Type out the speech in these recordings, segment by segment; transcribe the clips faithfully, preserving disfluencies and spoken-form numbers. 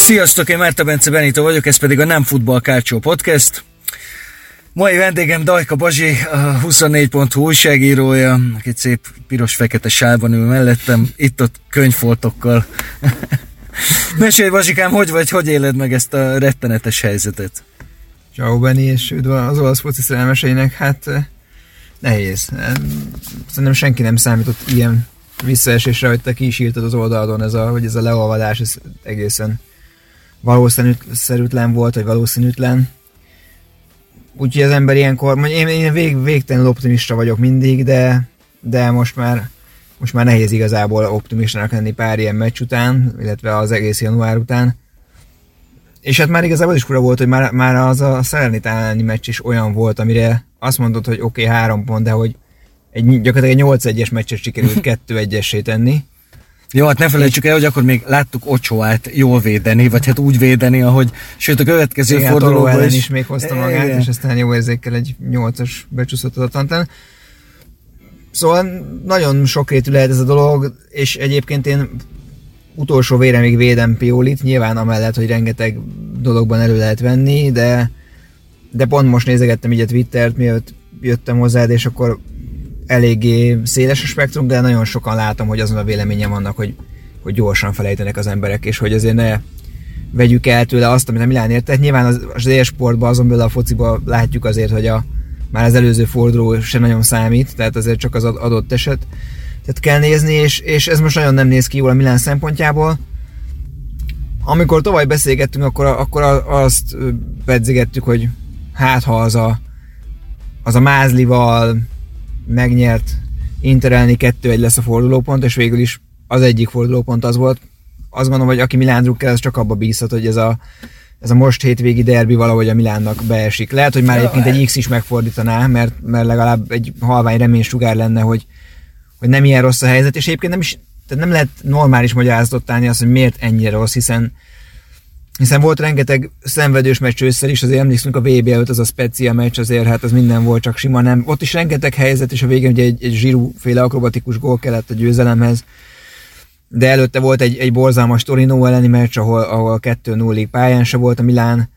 Sziasztok, én Márta Bence Benito vagyok, ez pedig a Nem Futball Calcio Podcast. Mai vendégem Dajka Bazsi, a huszonnégy pont hu újságírója, aki szép piros-fekete sálban ül mellettem, itt-ott könyvfoltokkal. Mesélj, Bazsikám, hogy vagy, hogy éled meg ezt a rettenetes helyzetet? Ciao Benni, és üdv az olasz foci szerelmeseinek. Hát nehéz. Szerintem senki nem számított ilyen visszaesésre, hogy te ki is írtad az oldalon, ez a, hogy ez a leolvadás, ez egészen valószínűtlen volt, vagy valószínűtlen. Úgyhogy az ember ilyenkor, én, én vég, végtelenül optimista vagyok mindig, de, de most már most már nehéz igazából optimistának lenni pár ilyen meccs után, illetve az egész január után. És hát már igazából is fura volt, hogy már, már az a Salernitana elleni meccs is olyan volt, amire azt mondod, hogy oké, okay, három pont, de hogy egy, gyakorlatilag egy nyolc egyes meccset sikerült kettő egyessé tenni. Jó, hát ne felejtsük el, hogy akkor még láttuk Ochoát jól védeni, vagy hát úgy védeni, ahogy, sőt a következő igen, fordulóban ellen is... is még hozta magát, igen. És aztán jó érzékkel egy nyolcas becsúszott a Tantán. Szóval nagyon sokrétű lehet ez a dolog, és egyébként én utolsó vére még védem Piolit, nyilván amellett, hogy rengeteg dologban elő lehet venni, de, de pont most nézegettem így a Twittert, mielőtt jöttem hozzád, és akkor eléggé széles a spektrum, de nagyon sokan látom, hogy azon a véleményem vannak, hogy, hogy gyorsan felejtenek az emberek, és hogy azért ne vegyük el tőle azt, amit a Milán ért. Tehát nyilván az, az e-sportban, azon belül a fociban látjuk azért, hogy a, már az előző forduló sem nagyon számít, tehát azért csak az adott eset. Tehát kell nézni, és, és ez most nagyon nem néz ki jól a Milán szempontjából. Amikor tavaly beszélgettünk, akkor, akkor azt pedzegettük, hogy hát ha az a, az a Mázlival megnyert Inter elleni kettő egy lesz a fordulópont, és végül is az egyik fordulópont az volt. Azt gondolom, hogy aki Milán drukkel, az csak abba bízhat, hogy ez a, ez a most hétvégi derbi valahogy a Milánnak beesik. Lehet, hogy már egyébként egy X is megfordítaná, mert, mert legalább egy halvány reménysugár lenne, hogy, hogy nem ilyen rossz a helyzet, és egyébként nem is, tehát nem lehet normális magyarázatot állni azt, hogy miért ennyire rossz, hiszen hiszen volt rengeteg szenvedős meccs ősszel is, azért emlékszünk a vé bé előtt, az a speciál meccs, azért hát az minden volt, csak sima nem. Ott is rengeteg helyzet, és a végén ugye egy, egy Giroud-féle akrobatikus gól kellett a győzelemhez, de előtte volt egy, egy borzalmas Torino elleni meccs, ahol, ahol kettő nullig pályán se volt a Milán.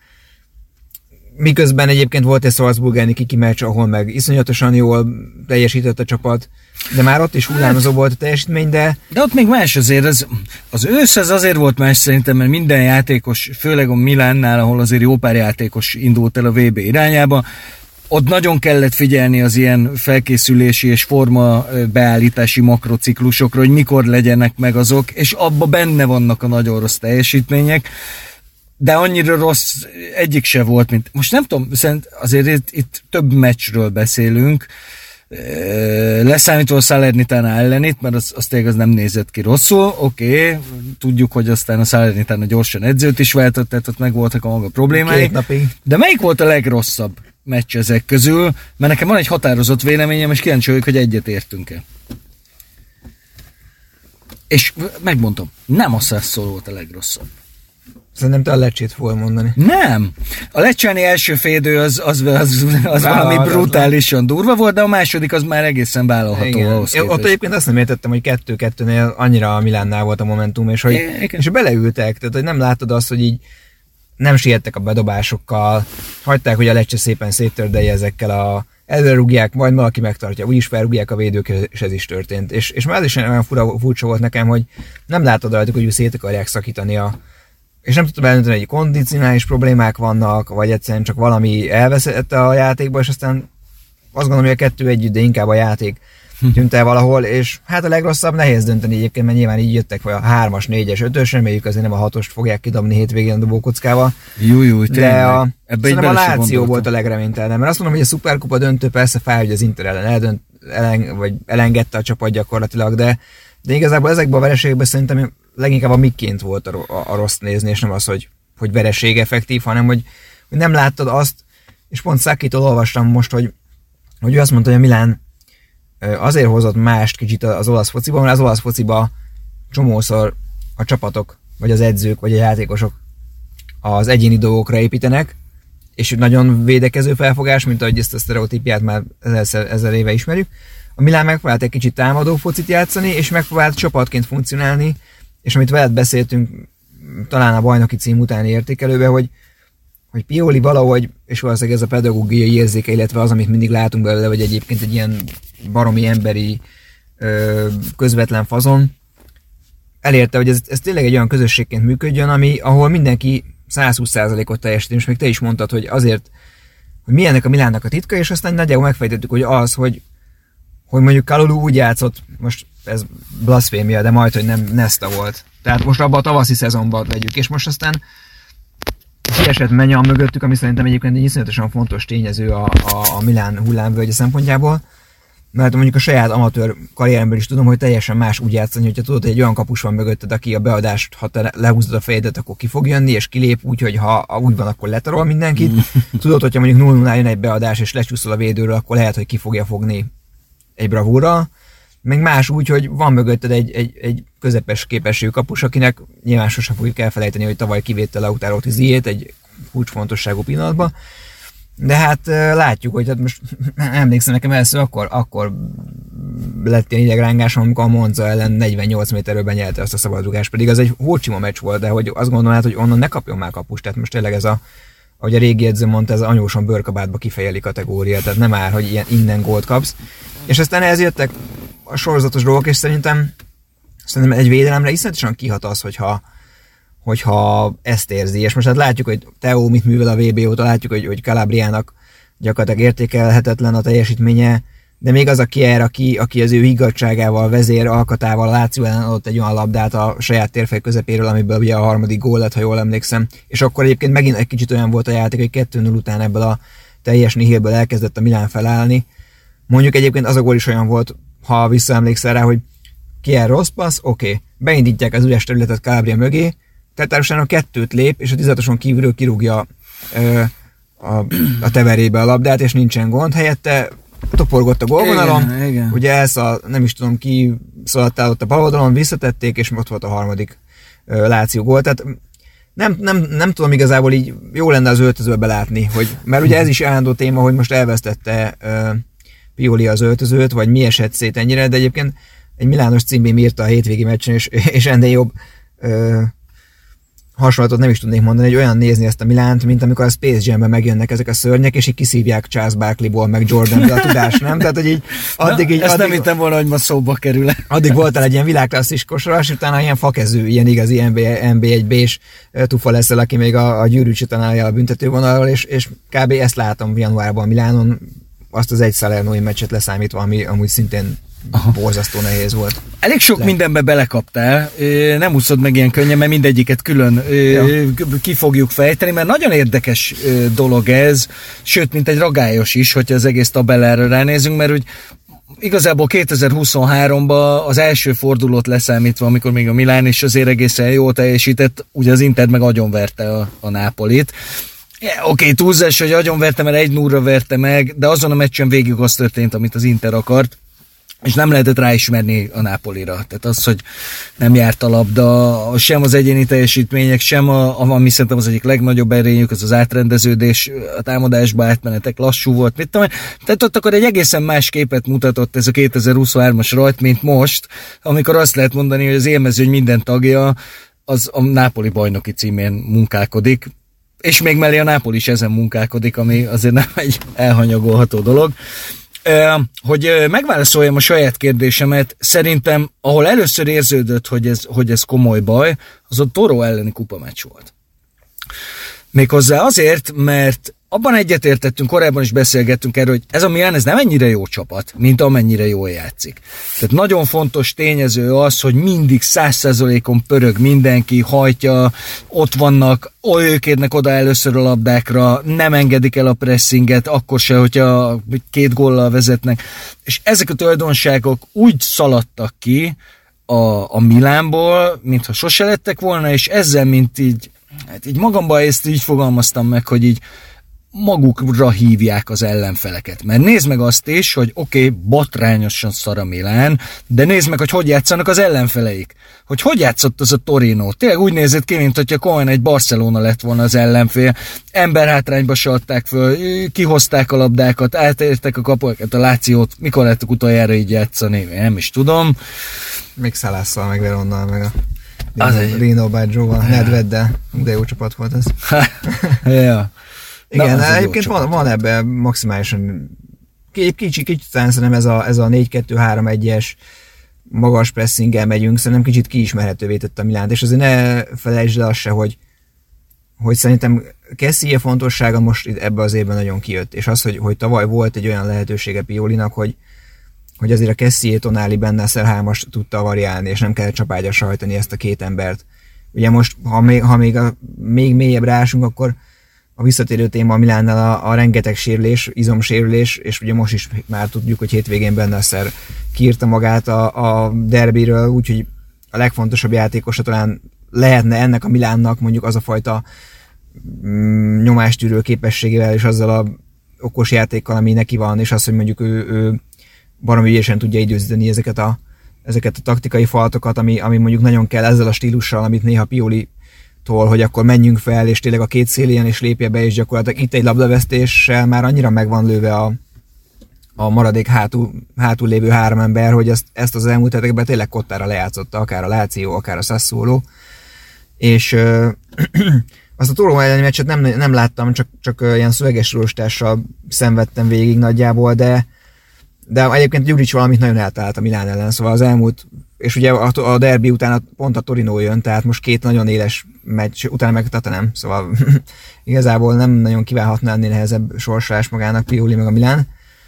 Miközben egyébként volt egy Salzburg elleni kiki meccs, ahol meg iszonyatosan jól teljesített a csapat, de már ott is hullámzó volt a teljesítmény, de... De ott még más azért, az, az ősz az azért volt más szerintem, mert minden játékos, főleg a Milánnál, ahol azért jó pár játékos indult el a vé bé irányába, ott nagyon kellett figyelni az ilyen felkészülési és forma beállítási makrociklusokra, hogy mikor legyenek meg azok, és abba benne vannak a nagyon rossz teljesítmények, de annyira rossz egyik se volt, mint... Most nem tudom, szerint azért itt, itt több meccsről beszélünk, leszámítva a Salernitana ellenit, mert az, az tényleg az nem nézett ki rosszul, oké, okay, tudjuk, hogy aztán a Salernitana gyorsan edzőt is váltott, tehát ott meg voltak a maga problémái, de melyik volt a legrosszabb meccs ezek közül? Mert nekem van egy határozott véleményem, és kíváncsi vagyok, hogy egyet értünk-e. És megmondom, nem a Sassuolo volt a legrosszabb. Szerintem te a Lecsét fogod mondani. Nem! A lecsáni első félidő az, az, az, az valami brutálisan durva volt, de a második az már egészen vállalható ahhoz képest. Ott egyébként azt nem értettem, hogy kettő-kettőnél annyira a Milánnál volt a momentum, és hogy é, és beleültek, tehát hogy nem látod azt, hogy így nem siettek a bedobásokkal, hagyták, hogy a Lecce szépen széttördelje ezekkel a előre rúgják, majd valaki megtartja, úgyis felrúgják a védők, és ez is történt. És, és már ez is olyan fura, furcsa volt nekem, hogy nem látod rajtuk, hogy szét akarják szakítani a és nem tudtam eldönteni, hogy kondicionális problémák vannak, vagy egyszerűen csak valami elveszett a játékba, és aztán azt gondolom, hogy a kettő együtt, de inkább a játék tűnt el valahol, és hát a legrosszabb nehéz dönteni egyébként, mert nyilván így jöttek vagy a hármas, négyes, ötös, reméljük azért nem a hatost fogják kidobni hétvégén a dobókockával. Jó, jó, de a, szerintem a Láció volt a legreménytelenebb, mert azt mondom, hogy a szuperkupa döntő persze fáj, hogy az Inter ellen eldönt, elen, vagy elengedte a csapat gyakorlatilag, de, de igazából ezekben a vereségekben szerintem leginkább a miként volt a, a, a rossz nézni, és nem az, hogy, hogy vereség effektív, hanem hogy, hogy nem láttad azt, és pont Sakitól olvastam most, hogy, hogy ő azt mondta, hogy a Milán azért hozott mást kicsit az olasz fociban, mert az olasz fociba csomószor a csapatok, vagy az edzők, vagy a játékosok az egyéni dolgokra építenek, és nagyon védekező felfogás, mint ahogy ezt a sztereotípiát már ezer, ezer éve ismerjük. A Milán megpróbált egy kicsit támadó focit játszani, és megpróbált csapatként funkcionálni, és amit veled beszéltünk talán a bajnoki cím utáni értékelőbe, hogy, hogy Pioli valahogy, és valószínűleg ez a pedagógiai érzéke, illetve az, amit mindig látunk belőle, hogy egyébként egy ilyen baromi emberi közvetlen fazon, elérte, hogy ez, ez tényleg egy olyan közösségként működjön, ami, ahol mindenki száz húsz százalékot teljesít, és még te is mondtad, hogy azért, hogy mi ennek a Milánnak a titka, és aztán nagyjából megfejtettük, hogy az, hogy, hogy mondjuk Kalulu úgy játszott, most ez blaszfémia, de majd, hogy nem Nesta volt. Tehát most abban a tavaszi szezonban vegyük, és most aztán kiesett Menyan mögöttük, ami szerintem egyébként egy iszonyatosan fontos tényező a, a, a Milán hullámvölgye szempontjából, mert mondjuk a saját amatőr karrieremből is tudom, hogy teljesen más úgy játszani, hogyha tudod, hogy egy olyan kapus van mögötted, aki a beadást, ha te lehúzod a fejedet, akkor ki fog jönni, és kilép úgy, hogy ha úgy van, akkor letarol mindenkit. Tudod, hogyha mondjuk nulla nullán jön egy beadás, és lecsúszol a védőről, akkor lehet, hogy ki fogja fogni egy bravúra. Meg más úgy, hogy van mögötted egy, egy, egy közepes képességű kapus, akinek nyilván sosem fogjuk elfelejteni, hogy tavaly kivédte Lautaro Tiziét egy kulcsfontosságú pillanatban. De hát látjuk, hogy hát most emlékszem nekem először, akkor, akkor lett ilyen idegrángásom, amikor a Monza ellen negyvennyolc méterről benyelte azt a szabadrugást, pedig az egy hócsima meccs volt, de hogy azt gondolnád, hogy onnan ne kapjon már kapust, tehát most tényleg ez a, ahogy a régi edző mondta, ez az anyóson bőrkabátba kifejeli kategória, tehát nem áll, hogy ilyen innen gólt kapsz. És aztán ehhez jöttek a sorozatos dolgok, és szerintem, szerintem egy védelemre iszonyatosan kihat az, hogyha hogyha ezt érzi. És most hát látjuk, hogy Theo mit művel a vé bé óta, látjuk, hogy, hogy Calabriának gyakorlatilag értékelhetetlen a teljesítménye, de még az a Kier, aki, aki az ő higgadtságával, vezér alkatával a Láció ellen adott egy olyan labdát a saját térfej közepéről, amiből ugye a harmadik gól lett, ha jól emlékszem. És akkor egyébként megint egy kicsit olyan volt a játék, hogy kettő null után ebből a teljes nihilből elkezdett a Milán felállni. Mondjuk egyébként az a gól is olyan volt, ha visszaemlékszel rá, hogy Kier rossz passz, oké, okay. Beindítják az üres területet Calabria mögé, tehát a kettőt lép, és a tizatoson kívülről kirúgja ö, a, a teverébe a labdát, és nincsen gond. Helyette toporgott a gólvonalon, igen, igen. Ugye ez a, nem is tudom ki szaladtál ott a bal oldalon, visszatették, és ott volt a harmadik ö, Láció gól. Tehát nem, nem, nem tudom igazából így, jó lenne az öltözőbe belátni, hogy, mert ugye ez is állandó téma, hogy most elvesztette ö, Pioli az öltözőt, vagy mi esett szét ennyire, de egyébként egy Milános címbém írta a hétvégi meccsen, és, és ennél jobb ö, hasonlatot nem is tudnék mondani, hogy olyan nézni ezt a Milánt, mint amikor a Space Jam-ben megjönnek ezek a szörnyek, és így kiszívják Charles Barkleyból, meg Jordanből a tudás, nem? Tehát, hogy így addig Na, így... Ezt addig, nem hittem volna, hogy ma szóba kerül. Addig voltál egy ilyen világklasszis kosaras, utána ilyen fakezű, ilyen igazi en bé egy bé-s tufa leszel, aki még a, a gyűrűt csinálja a büntetővonalról, és, és kb. Ezt látom januárban Milánon, azt az egy Salernói meccset leszámítva, ami amúgy szintén Aha. borzasztó nehéz volt. Elég sok Le. mindenbe belekaptál, nem úszod meg ilyen könnyen, mert mindegyiket külön ja. ki fogjuk fejteni, mert nagyon érdekes dolog ez, sőt, mint egy ragályos is, hogyha az egész tabellára ránézünk, mert úgy igazából kétezer-huszonháromban az első fordulót leszámítva, amikor még a Milán is azért egészen jól teljesített, ugye az Inter meg agyonverte a, a Nápolit. Yeah, Oké, okay, túlzás, hogy agyonverte, mert egy nullra verte meg, de azon a meccsen végig az történt, amit az Inter akart, és nem lehetett ráismerni a Nápolira. Tehát az, hogy nem járt a labda, sem az egyéni teljesítmények, sem a, ami szerintem az egyik legnagyobb erényük, az az átrendeződés, a támadásba átmenetek lassú volt. Mit tudom, tehát ott akkor egy egészen más képet mutatott ez a kétezer-huszonhármas rajt, mint most, amikor azt lehet mondani, hogy az élmezőny minden tagja az a Nápoli bajnoki címén munkálkodik, és még mellé a Nápoli is ezen munkálkodik, ami azért nem egy elhanyagolható dolog. Hogy megválaszoljam a saját kérdésemet, szerintem, ahol először érződött, hogy ez, hogy ez komoly baj, az a Toro elleni kupameccs volt. Méghozzá azért, mert abban egyetértettünk, korábban is beszélgettünk erről, hogy ez a Milán, ez nem ennyire jó csapat, mint amennyire jól játszik. Tehát nagyon fontos tényező az, hogy mindig száz százalékon pörög mindenki, hajtja, ott vannak, ők érnek oda először a labdákra, nem engedik el a pressinget, akkor se, hogyha két góllal vezetnek. És ezek a tulajdonságok úgy szaladtak ki a, a Milánból, mintha sose lettek volna, és ezzel, mint így, hát így magamban ezt így fogalmaztam meg, hogy így magukra hívják az ellenfeleket. Mert nézd meg azt is, hogy oké, okay, botrányosan szar a Milán, de nézd meg, hogy hogy játszanak az ellenfeleik. Hogy hogy játszott az a Torino. Tényleg úgy nézett ki, mint hogyha komolyan egy Barcelona lett volna az ellenfél. Emberhátrányba se adták föl, kihozták a labdákat, átértek a kapukat, a Lációt. Mikor lehettek utoljára így játszani? Én nem is tudom. Még Szalásszal, meg Veronnal, meg a Rino Baggioval, Nedveddel, de jó csapat volt ez. Ja. Igen, na, egyébként van, van ebben maximálisan kicsit, kicsit, kicsit szerintem ez a, ez a négy kettő három egyes magas pressinggel megyünk, szerintem kicsit kiismerhetővé tett a Milánt, és azért ne felejtsd el azt se, hogy, hogy szerintem Kessie fontossága most ebben az évben nagyon kijött, és az, hogy, hogy tavaly volt egy olyan lehetősége Piolinak, hogy, hogy azért a Kessie, Tonali, Bennacer hármas tudta variálni, és nem kellett csapágyasra hajtani ezt a két embert. Ugye most, ha még, ha még, a, még mélyebbre ásunk, akkor a visszatérő téma a Milánnal a, a rengeteg sérülés, izomsérülés, és ugye most is már tudjuk, hogy hétvégén Bennacer kiírta magát a, a derbiről, úgyhogy a legfontosabb játékosa talán lehetne ennek a Milánnak mondjuk az a fajta mm, nyomástűrő képességével, és azzal a okos játékkal, ami neki van, és az, hogy mondjuk ő, ő baromi ügyesen tudja időzíteni ezeket a, ezeket a taktikai faltokat, ami, ami mondjuk nagyon kell ezzel a stílussal, amit néha Pioli tól, hogy akkor menjünk fel, és tényleg a két szélén és lépje be, és gyakorlatilag itt egy labdavesztéssel már annyira meg van lőve a, a maradék hátul, hátul lévő három ember, hogy ezt, ezt az elmúlt hetekben tényleg kottára lejátszotta, akár a Lazio, akár a Sassuolo, és ö, azt a Torino elleni meccset nem, nem láttam, csak, csak ilyen szöveges rostással szenvedtem végig nagyjából, de de egyébként Juric valamit nagyon eltalált a Milán ellen, szóval az elmúlt, és ugye a, a derbi után pont a Torino jön, tehát most két nagyon éles meccs, utána meg Tottenham, szóval igazából nem nagyon kívánhatná ennél nehezebb sorsolás magának Pioli meg a Milán,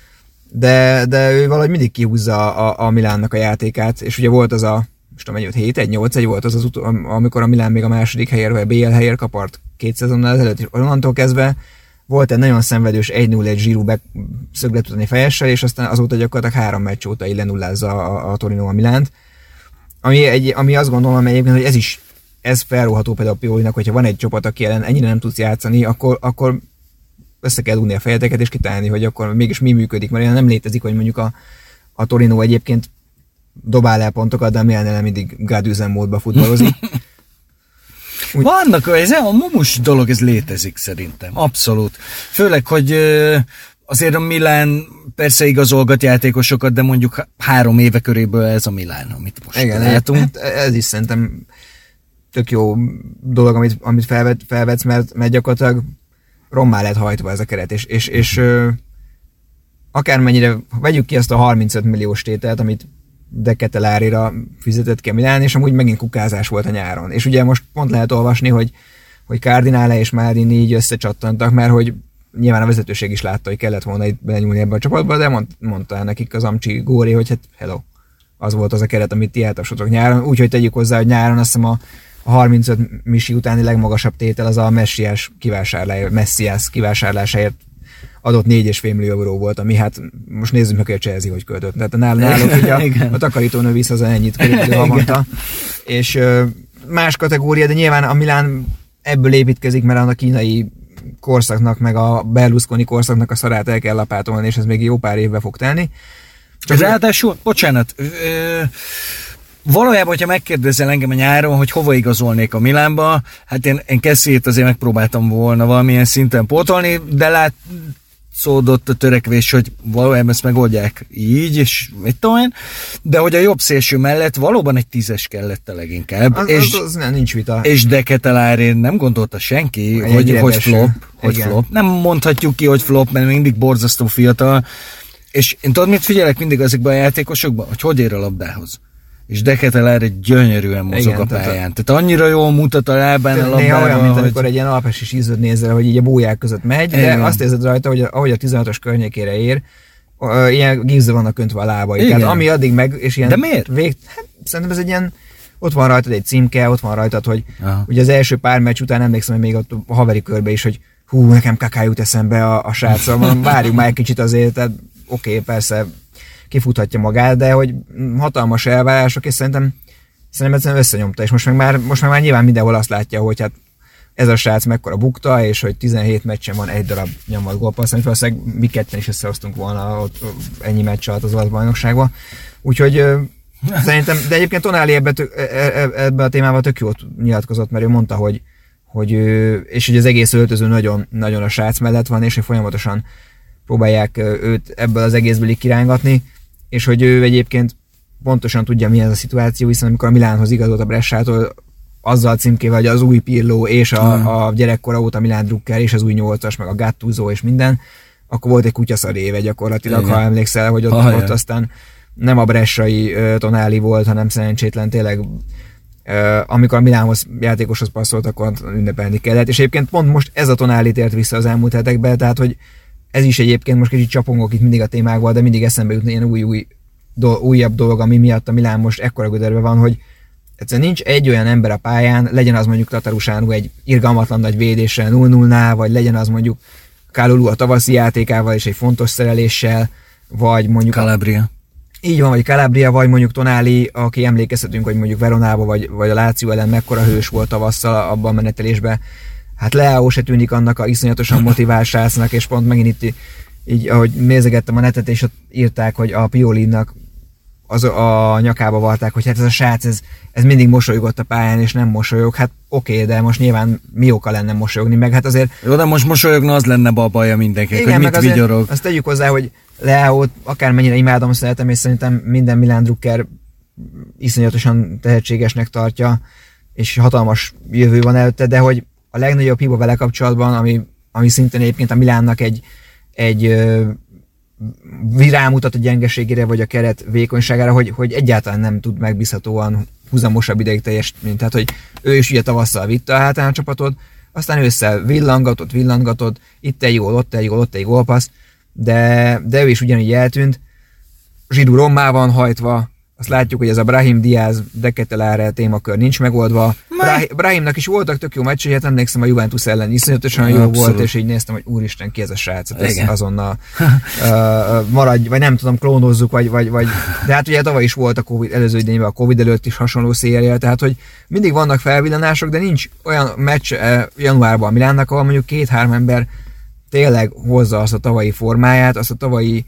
de, de ő valahogy mindig kihúzza a, a Milánnak a játékát, és ugye volt az a, most tudom, egy hét egy nyolc egy volt az az utó, amikor a Milán még a második helyért, vagy a bé el helyért kapart két szezonnal ezelőtt, és onnantól kezdve volt egy nagyon szenvedős egy null egy Giroud szöglet utáni fejessel, és aztán azóta gyakorlatilag három meccs óta így lenullázza a, a Torino a Milánt. Ami, egy, ami azt gondolom egyébként, hogy ez is ez felróható például Piolinak, hogyha van egy csapat, aki ellen ennyire nem tudsz játszani, akkor, akkor össze kell dugni a fejeteket, és kitalálni, hogy akkor mégis mi működik, mert olyan nem létezik, hogy mondjuk a, a Torino egyébként dobál el pontokat, de a Milán ellen mindig gádűzen módba futballozik. Úgy... Vannak, ez a mumus dolog, ez létezik szerintem, abszolút. Főleg, hogy azért a Milán persze igazolgat játékosokat, de mondjuk három éve köréből ez a Milán, amit most igen, látunk. Hát ez is szerintem tök jó dolog, amit, amit felvet, felvetsz, mert, mert gyakorlatilag rommá lett hajtva ez a keret, és, és, és ö, akármennyire, vegyük ki azt a harmincöt milliós tételt, amit De Ketelárira fizetett ki a Milán, és amúgy megint kukázás volt a nyáron. És ugye most pont lehet olvasni, hogy, hogy Cardinale és Marini így összecsattantak, mert hogy nyilván a vezetőség is látta, hogy kellett volna itt belenyúlni ebbe a csapatba, de mond, mondta nekik az Amcsi Góri, hogy hát hello, az volt az a keret, amit ti eltassotok nyáron. Úgyhogy tegyük hozzá, hogy nyáron azt hiszem a, a harmincöt misi utáni legmagasabb tétel az a Messiás kivásárlása, Messiás kivásárlásáért adott négy és fél millió euró volt, ami hát most nézzük meg, hogy a Chelsea hogy költött. Tehát náluk ugye a, a takarítónő visz az ennyit körülbelül havonta. És ö, más kategória, de nyilván a Milán ebből építkezik, mert a kínai korszaknak, meg a Berlusconi korszaknak a szarát el kell lapátolni, és ez még jó pár évbe fog telni. Csak ráadásul, bocsánat, ö, valójában, hogyha megkérdezel engem a nyáron, hogy hova igazolnék a Milánba, hát én, én Kessiét azért megpróbáltam volna valamilyen szinten pótolni, de látszódott a törekvés, hogy valójában ezt megoldják így, és mit tudom én, de hogy a jobb szélső mellett valóban egy tízes kellett a leginkább. Az, és, az, az nem, nincs vita. És De Ketelárén nem gondolta senki, egy hogy, hogy flop, hogy flop. Nem mondhatjuk ki, hogy flop, mert mindig borzasztó fiatal, és én tudod, mit figyelek mindig ezekben a játékosokban, hogy hogy ér a labdához. És De Ketelár egy gyönyörűen mozog igen, a pályán. Tehát, a... tehát annyira jól mutat a lábán a labdával. Néha olyan, mint hogy... amikor egy ilyen alpesi ízöd nézel, hogy így a bóják között megy, igen. De azt érzed rajta, hogy ahogy a tizenhatos környékére ér, ilyen gízzel vannak öntve a lábai. Igen. Tehát ami addig meg, és ilyen... De miért? Vég... Hát, szerintem ez egy ilyen... Ott van rajtad egy címke, ott van rajtad, hogy ugye az első pár meccs után emlékszem, hogy még ott a haveri körbe is, hogy hú, nekem Kaká jut eszembe a, a sráccal, mondom, várjuk már egy kicsit azért, tehát oké, okay, persze kifuthatja magát, de hogy hatalmas elvárások, és szerintem, szerintem egyszerűen összenyomta, és most meg, már, most meg már nyilván mindenhol azt látja, hogy hát ez a srác mekkora bukta, és hogy tizenhét meccsen van egy darab nyomvat gólpassz, amit valószínűleg mi ketten is összehoztunk volna ott ennyi meccs alatt az olasz bajnokságban. Úgyhogy szerintem, de egyébként Tonali ebbe, ebbe a témában tök jót nyilatkozott, mert ő mondta, hogy, hogy és hogy az egész öltöző nagyon, nagyon a srác mellett van, és hogy folyamatosan próbálják őt ebből az egészből kirángatni, és hogy ő egyébként pontosan tudja, mi ez a szituáció, hiszen amikor a Milánhoz igazolt a Bressától, azzal címkével, hogy az új Pirlo és a, a gyerekkora óta Milan Drucker és az új nyolcas, meg a Gattuso és minden, akkor volt egy kutyaszar éve gyakorlatilag, igen. Ha emlékszel, hogy ott, ah, ott aztán nem a bressai uh, Tonali volt, hanem szerencsétlen tényleg uh, amikor a Milánhoz játékoshoz passzolt, akkor ünnepelni kellett, és egyébként pont most ez a Tonali tért vissza az elmúlt hetekben, tehát hogy ez is egyébként most kicsit csapongok itt mindig a témákban, de mindig eszembe jutni ilyen új-új do, újabb dolog, ami miatt a Milán most ekkora gödörben van, hogy egyszerűen nincs egy olyan ember a pályán, legyen az mondjuk Tatarusanu egy irgalmatlan nagy védéssel nulla nullnál, vagy legyen az mondjuk Kalulu a tavaszi játékával és egy fontos szereléssel, vagy mondjuk Calabria. Így van, vagy Calabria, vagy mondjuk Tonali, aki emlékezhetünk, hogy mondjuk Veronába, vagy, vagy a Láció ellen mekkora hős volt tavasszal abban a menetelésben. Hát Leao se tűnik annak a iszonyatosan motivált srácnak, és pont megint itt így, ahogy nézegettem a netet, és ott írták, hogy a Piolinak az a nyakába varták, hogy hát ez a srác, ez, ez mindig mosolygott a pályán, és nem mosolyog. Hát oké, okay, de most nyilván mi oka lenne mosolyogni, meg hát azért... Jó, de most mosolyogna, az lenne a baja mindenkinek, hogy mit vigyorog. Azt tegyük hozzá, hogy Leao-t akármennyire imádom, szeretem, és szerintem minden Milan Drucker iszonyatosan tehetségesnek tartja, és hatalmas jövő van előtte, de hogy a legnagyobb hiba vele kapcsolatban, ami, ami szintén egyébként a Milánnak egy, egy rámutat a gyengeségére, vagy a keret vékonyságára, hogy, hogy egyáltalán nem tud megbízhatóan húzamosabb ideig teljesíteni. Tehát, hogy ő is ugye tavasszal vitte a hátán a csapatot, aztán ősszel villangatott, villangatott, itt egy gól, ott egy gól, ott egy gólpassz, de, de ő is ugyanígy eltűnt. Zsidú rommá van hajtva, azt látjuk, hogy ez a Brahim Diaz Deketelare témakör nincs megoldva. Brah- Brahimnak is voltak tök jó meccsei, hát emlékszem a Juventus ellen iszonyatosan jó Abszolút. volt, és így néztem, hogy úristen, ki ez a srác, ez azonnal uh, maradj, vagy nem tudom, klónozzuk, vagy, vagy, vagy, de hát ugye tavaly is volt a Covid, előző idényben, a Covid előtt is hasonló széria, tehát hogy mindig vannak felvillanások, de nincs olyan meccs uh, januárban a Milánnak, ahol mondjuk két-három ember tényleg hozza azt a tavalyi formáját, azt a tavalyi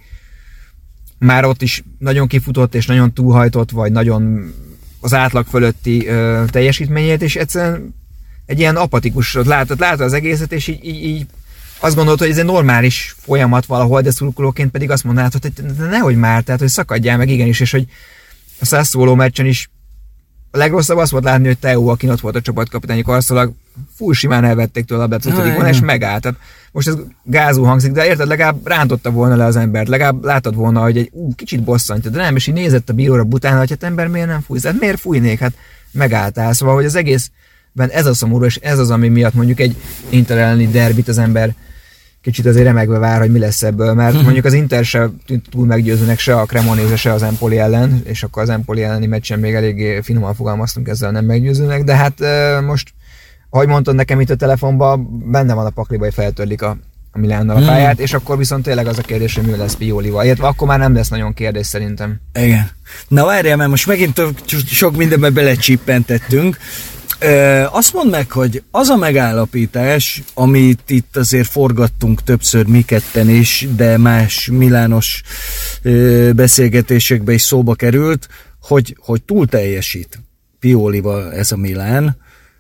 már ott is nagyon kifutott és nagyon túlhajtott, vagy nagyon az átlag fölötti ö, teljesítményét, és egyszerűen egy ilyen apatikus, látod, látod az egészet, és így, így, így azt gondolod, hogy ez egy normális folyamat valahol, de szurkolóként pedig azt mondanád, hogy nehogy már, tehát hogy szakadjál meg, igenis, és hogy a Sassuolo meccsen is a legrosszabb az volt látni, hogy Theo, akin ott volt a csapatkapitányi karszalag, full simán elvették tőle a labdát ötödikben, és megállt. Tehát most ez gázul hangzik, de érted, legalább rántotta volna le az embert, legalább látod volna, hogy egy ú, kicsit bosszantja, de nem, és így nézett a bíróra bután, hogy hát ember miért nem fújsz? Hát miért fújnék? Hát megálltál. Szóval, hogy az egészben ez a szomorú, és ez az, ami miatt mondjuk egy Inter elleni derbit az ember kicsit azért remegve vár, hogy mi lesz ebből, mert mondjuk az Inter se túl meggyőzőnek se a Cremonese, se az Empoli ellen, és akkor az Empoli elleni meccsen még eléggé finoman fogalmaztunk, ezzel nem meggyőzőnek, de hát most, ahogy mondtad nekem itt a telefonban, benne van a pakliba, hogy feltörlik a, a Milánnal a pályát, hmm. és akkor viszont tényleg az a kérdés, hogy mi lesz Piolival. Illetve akkor már nem lesz nagyon kérdés szerintem. Igen. Na várjál, mert most megint sok mindenbe belecsippentettünk. Ö, azt mondd meg, hogy az a megállapítás, amit itt azért forgattunk többször mi ketten is, de más milános ö, beszélgetésekben is szóba került, hogy, hogy túl teljesít Piolival ez a Milán.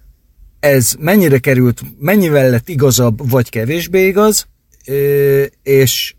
Ez mennyire került, mennyivel lett igazabb, vagy kevésbé igaz, ö, és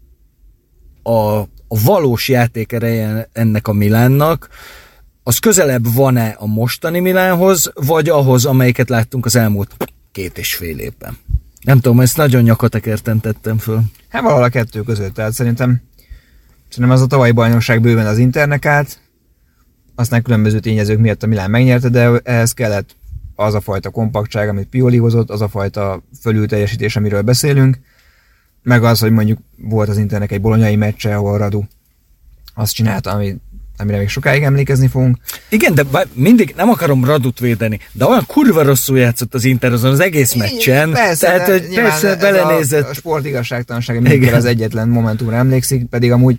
a, a valós játékereje ennek a Milánnak, az közelebb van-e a mostani Milánhoz, vagy ahhoz, amelyiket láttunk az elmúlt két és fél évben? Nem tudom, ezt nagyon nyakatekérten tettem föl. Hát valahol a kettő között, tehát szerintem, szerintem az a tavalyi bajnokság bőven az Internek állt, aztán különböző tényezők miatt a Milán megnyerte, de ehhez kellett az a fajta kompaktság, amit Pioli hozott, az a fajta fölülteljesítés, amiről beszélünk, meg az, hogy mondjuk volt az Internek egy bolonyai meccse, ahol Radu azt csinálta, ami amire még sokáig emlékezni fogunk. Igen, de mindig nem akarom Radut védeni, de olyan kurva rosszul játszott az Inter azon az egész meccsen. Persze, tehát, hogy persze belenézett. A, a sport igazságtalansága mindig az egyetlen momentumra emlékszik, pedig amúgy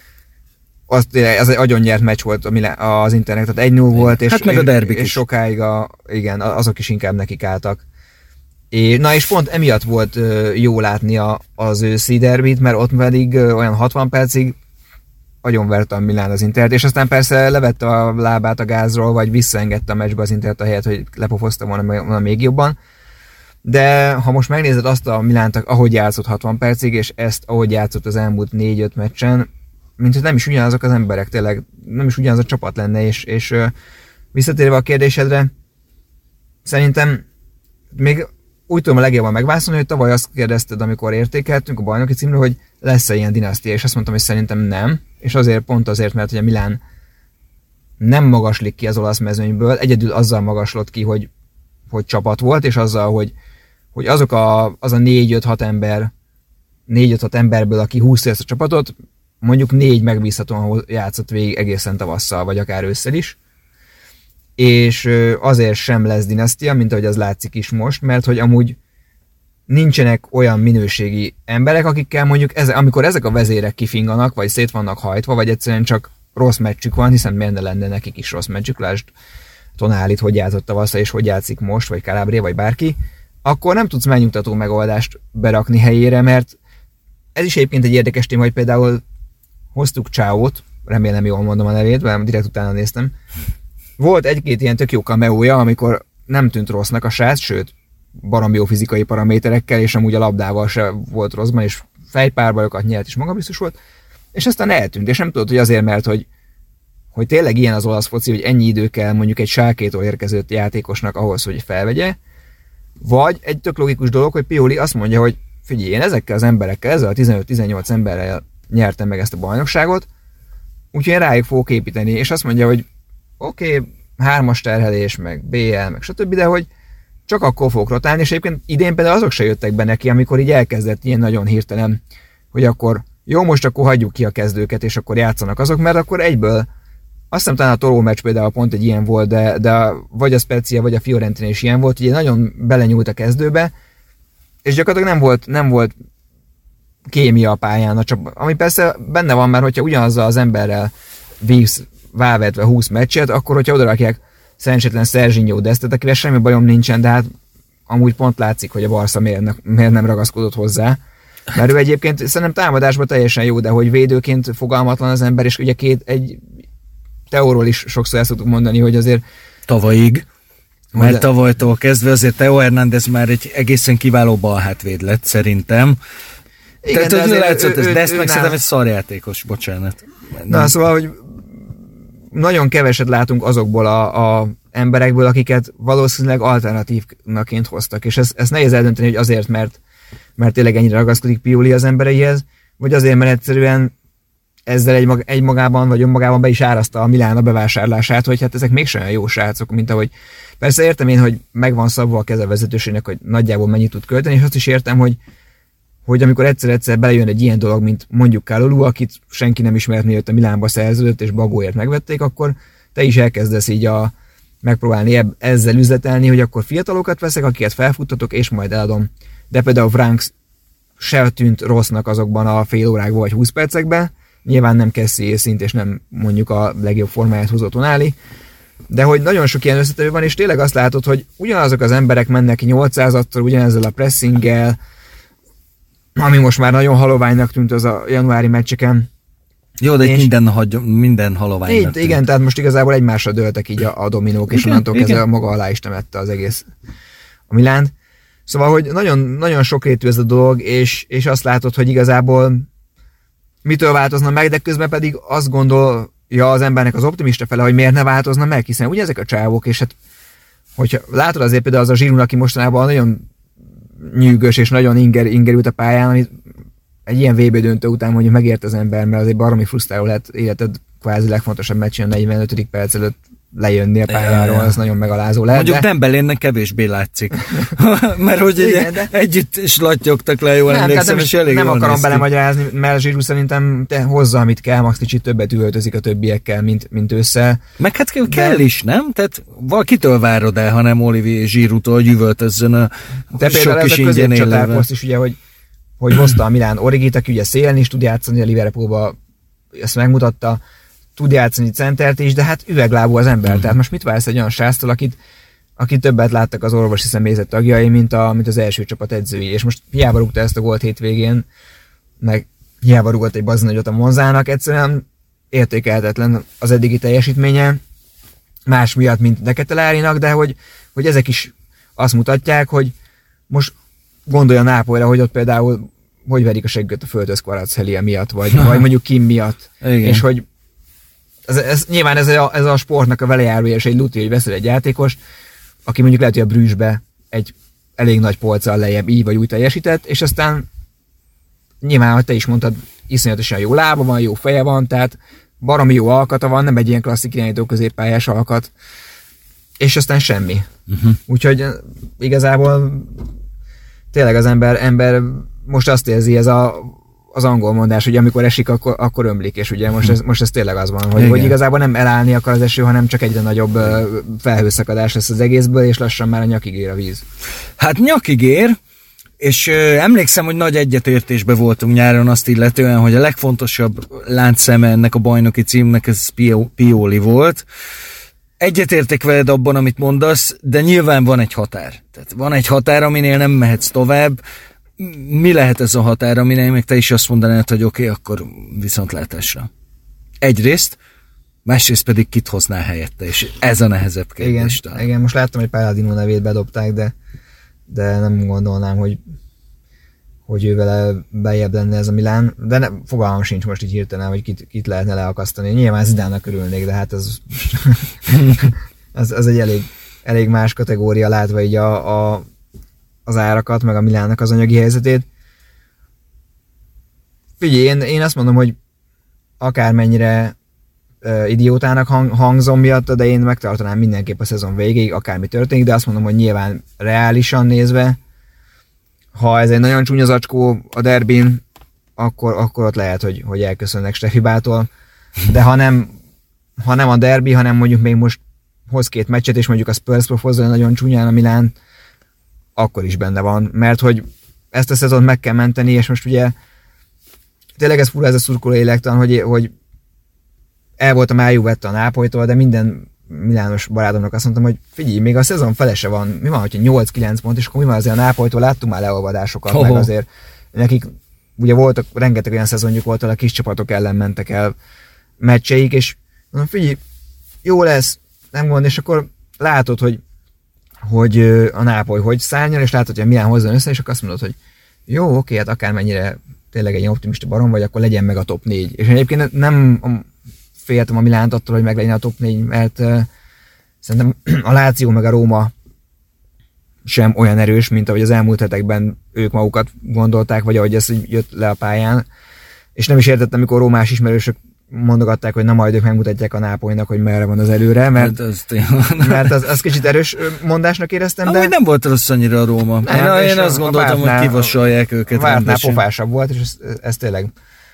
az, az egy agyon nyert meccs volt az Internek, tehát egy null volt, és, hát meg a derbik és, és sokáig a, igen, azok is inkább nekik álltak. É, na és pont emiatt volt jó látni a, az őszi derbit, mert ott pedig olyan hatvan percig agyonverte a Milán az Intert, és aztán persze levette a lábát a gázról, vagy visszaengedte a meccsbe az Intert a helyet, hogy lepofozta volna még jobban. De ha most megnézed azt a Milánt, ahogy játszott hatvan percig, és ezt ahogy játszott az elmúlt négy-öt meccsen, mint hogy nem is ugyanazok az emberek, tényleg nem is ugyanaz a csapat lenne, és, és visszatérve a kérdésedre, szerintem még úgy tudom a legjobban megválaszolni, hogy tavaly azt kérdezted, amikor értékeltünk a bajnoki címről, hogy lesz-e ilyen dinasztia, és azt mondtam, hogy szerintem nem, és azért pont azért, mert hogy a Milán nem magaslik ki az olasz mezőnyből, egyedül azzal magaslott ki, hogy, hogy csapat volt, és azzal, hogy, hogy azok a, az a négy-öt-hat ember, négy-öt-hat emberből, aki húzta ezt a csapatot, mondjuk négy megbízhatóan játszott végig egészen tavasszal, vagy akár ősszel is, és azért sem lesz dinasztia, mint ahogy az látszik is most, mert hogy amúgy nincsenek olyan minőségi emberek, akikkel mondjuk, ez, amikor ezek a vezérek kifinganak, vagy szét vannak hajtva, vagy egyszerűen csak rossz meccsük van, hiszen miért ne lenne nekik is rossz meccsük, lásd Tonálit, hogy játszott tavasszal, és hogy játszik most, vagy Calabria, vagy bárki, akkor nem tudsz megnyugtató megoldást berakni helyére, mert ez is egyébként egy érdekes téma, hogy például hoztuk Csáót, remélem jól mondom a nevét, mert direkt utána néztem. Volt egy-két ilyen tök jó kameója, amikor nem tűnt rossznak a srác, sőt, baromi jó fizikai paraméterekkel, és amúgy a labdával se volt rosszban, és fejpárbajokat nyert, és magabiztos volt, és aztán eltűnt, és nem tudod, hogy azért, mert hogy, hogy tényleg ilyen az olasz foci, hogy ennyi idő kell mondjuk egy Schalkétól érkező játékosnak ahhoz, hogy felvegye, vagy egy tök logikus dolog, hogy Pioli azt mondja, hogy figyelj, én ezekkel az emberekkel, ezzel a tizenöt-tizennyolc emberrel nyertem meg ezt a bajnokságot, úgyhogy én rájuk fogok építeni, és azt mondja, hogy oké, okay, hármas terhelés, meg bé el, meg stb., de hogy csak akkor fogok rotálni, és egyébként idén például azok se jöttek be neki, amikor így elkezdett ilyen nagyon hirtelen, hogy akkor jó, most akkor hagyjuk ki a kezdőket, és akkor játszanak azok, mert akkor egyből, azt hiszem talán a Toró meccs például pont egy ilyen volt, de, de vagy a Spezia, vagy a Fiorentina is ilyen volt, ugye nagyon belenyúlt a kezdőbe, és gyakorlatilag nem volt, nem volt kémia a pályán, a csap, ami persze benne van már, hogyha ugyanazzal az emberrel vígsz válvetve húsz meccset, akkor hogyha odarakják szerencsétlen Serginho Destet, akivel semmi bajom nincsen, de hát amúgy pont látszik, hogy a Barca miért, miért nem ragaszkodott hozzá. Mert ő egyébként szerintem támadásban teljesen jó, de hogy védőként fogalmatlan az ember, és ugye két, egy Teóról is sokszor el szoktuk mondani, hogy azért... Tavalyig, mert tavalytól kezdve azért Theo Hernández már egy egészen kiváló balhátvéd lett szerintem. Igen, tehát, hogy látszott, ez, de ezt meg szerintem egy szarjátékos, bocsánat. Na, nem. Szóval, hogy nagyon keveset látunk azokból a, a emberekből, akiket valószínűleg alternatívnaként hoztak, és ez, ez nehéz eldönteni, hogy azért, mert, mert tényleg ennyire ragaszkodik Pioli az embereihez, vagy azért, mert egyszerűen ezzel egy, mag, egy magában, vagy önmagában be is áraszta a Milán a bevásárlását, hogy hát ezek mégsem olyan jó srácok, mint ahogy persze értem én, hogy megvan szabva a keze vezetőségnek, hogy nagyjából mennyit tud költeni, és azt is értem, hogy hogy amikor egyszer-egyszer belejön egy ilyen dolog, mint mondjuk Kalulu, akit senki nem ismert, miért a Milánba szerződött, és Bagóért megvették, akkor te is elkezdesz így a, megpróbálni ebb, ezzel üzletelni, hogy akkor fiatalokat veszek, akiket felfuttatok, és majd eladom. De például Franks se tűnt rossznak azokban a fél órákban vagy húsz percekben, nyilván nem Kessie szint, és nem mondjuk a legjobb formáját húzó Tonali, de hogy nagyon sok ilyen összetevő van, és tényleg azt látod, hogy ugyanazok az emberek mennek ki nyolcszázattal, ugyanezzel a pressinggel, ami most már nagyon haloványnak tűnt az a januári meccseken. Jó, de minden, hagy, minden haloványnak így, tűnt. Igen, tehát most igazából egymásra dőltek így a, a dominók, és onnantól kezdve maga alá is temette az egész a Milánt. Szóval, hogy nagyon, nagyon sokrétű ez a dolog, és, és azt látod, hogy igazából mitől változna meg, de közben pedig azt gondolja az embernek az optimista fele, hogy miért ne változna meg, hiszen ugye ezek a csávók, és hát hogyha látod azért például az a Giroud, aki mostanában nagyon nyűgös és nagyon inger, ingerült a pályán, amit egy ilyen vé bé döntő után mondjuk megért az ember, mert azért baromi frusztráló lehet életed kvázi legfontosabb meccsen a negyvenötödik perc előtt lejönni a pályáról, az nagyon megalázó lehet. Mondjuk de... Dembélének kevésbé látszik. Mert hogy igen, de... együtt is lattyogtak le, jól nem, emlékszem, és elég nem akarom belemagyarázni, mert Giroud szerintem te hozza, amit kell, max kicsit többet üvöltözik a többiekkel, mint, mint ősszel. Meg hát kell, de... kell is, nem? Tehát valakitől várod el, hanem Olivier Giroudtól, hogy üvöltözzön a de sok kis ingyen élővel. Is ugye, hogy, hogy hozta a Milán Origit, aki ugye szélen is tud játszani a Liverpoolba, ezt megmutatta, tud játszani centert is, de hát üveglábú az ember. Mm. Tehát most mit vársz egy olyan sráctól, akit, akit többet láttak az orvosi személyzet tagjai, mint, a, mint az első csapat edzői. És most hiába rúgta ezt a gólt hétvégén, meg hiába rúgott egy bazin nagyot a Monzának, egyszerűen értékelhetetlen az eddigi teljesítménye, más miatt, mint De Ketelaere-nak, de hogy, hogy ezek is azt mutatják, hogy most gondolja Nápolyra, hogy ott például hogy verik a segget a földhöz Kvaratskhelia miatt, vagy, vagy mondjuk Kim miatt. Igen. És hogy ez, ez, nyilván ez a, ez a sportnak a velejárója, és egy luti, hogy veszel egy játékost, aki mondjuk lehet, hogy a Brüsszbe egy elég nagy polccal lejjebb így vagy úgy teljesített, és aztán nyilván, hogy te is mondtad, iszonyatosan jó lába van, jó feje van, tehát baromi jó alkata van, nem egy ilyen klasszik irányító középpályás alkat, és aztán semmi. Uh-huh. Úgyhogy igazából tényleg az ember, ember most azt érzi, ez a, az angol mondás, hogy amikor esik, akkor, akkor ömlik, és ugye most ez, most ez tényleg az van, hogy, hogy igazából nem elállni akar az eső, hanem csak egyre nagyobb felhőszakadás lesz az egészből, és lassan már a nyakig ér a víz. Hát nyakig ér, és ö, emlékszem, hogy nagy egyetértésben voltunk nyáron azt illetően, hogy a legfontosabb láncszeme ennek a bajnoki címnek ez Pioli volt. Egyetértek veled abban, amit mondasz, de nyilván van egy határ. Tehát van egy határ, aminél nem mehetsz tovább. Mi lehet ez a határ, aminél meg te is azt mondanád, hogy oké, okay, akkor viszontlátásra. Egyrészt, másrészt pedig kit hoznál helyette, és ez a nehezebb kérdés. Igen, igen, most láttam, hogy Palladino nevét bedobták, de, de nem gondolnám, hogy, hogy ő vele bejebb lenne ez a Milán, de ne, fogalmam sincs most így hirtelen, hogy kit, kit lehetne leakasztani. Nyilván Zidane-nak örülnék, de hát ez, ez, ez egy elég, elég más kategória, látva így a, a, az árakat, meg a Milánnak az anyagi helyzetét. Figyelj, én, én azt mondom, hogy akármennyire uh, idiótának hang, hangzom miatt, de én megtartanám mindenképp a szezon végéig, akármi történik, de azt mondom, hogy nyilván reálisan nézve, ha ez egy nagyon csúnya zacskó a derbin, akkor, akkor ott lehet, hogy, hogy elköszönnek Steffibától, de ha nem, ha nem a derbi, hanem mondjuk még most hoz két meccset, és mondjuk a Spurs profozza nagyon csúnyán a Milán, akkor is benne van, mert hogy ezt a szezont meg kell menteni, és most ugye tényleg ez fura ez a szurkolói lélektan, hogy, hogy el volt a májú vette a Nápolytól, de minden milános barátomnak azt mondtam, hogy figyelj, még a szezon felese van, mi van, hogyha nyolc-kilenc pont, és akkor mi van azért a Nápolytól, láttunk már leolvadásokat, oh. meg azért nekik ugye voltak, rengeteg olyan szezonjuk volt, ahol a kis csapatok ellen mentek el meccseik, és mondom, figyelj, jó lesz, nem gond, és akkor látod, hogy hogy a Nápoly hogy szálljon, és látod, hogy a Milán hozzon össze, és akkor azt mondod, hogy jó, oké, hát akármennyire tényleg egy optimista barom vagy, akkor legyen meg a top négy. És egyébként nem féltem a Milánt attól, hogy meg legyen a top négy, mert uh, szerintem a Láció meg a Róma sem olyan erős, mint ahogy az elmúlt hetekben ők magukat gondolták, vagy ahogy ez jött le a pályán. És nem is értettem, amikor rómás ismerősök mondogatták, hogy na majd ők megmutatják a Nápolynak, hogy merre van az előre, mert, hát az, mert az, az kicsit erős mondásnak éreztem, de... Amúgy nem volt rossz annyira a Róma. Nem, én, én azt gondoltam, vártnál, hogy kivasolják őket. Vártnál pofásabb volt, és ez, ez tényleg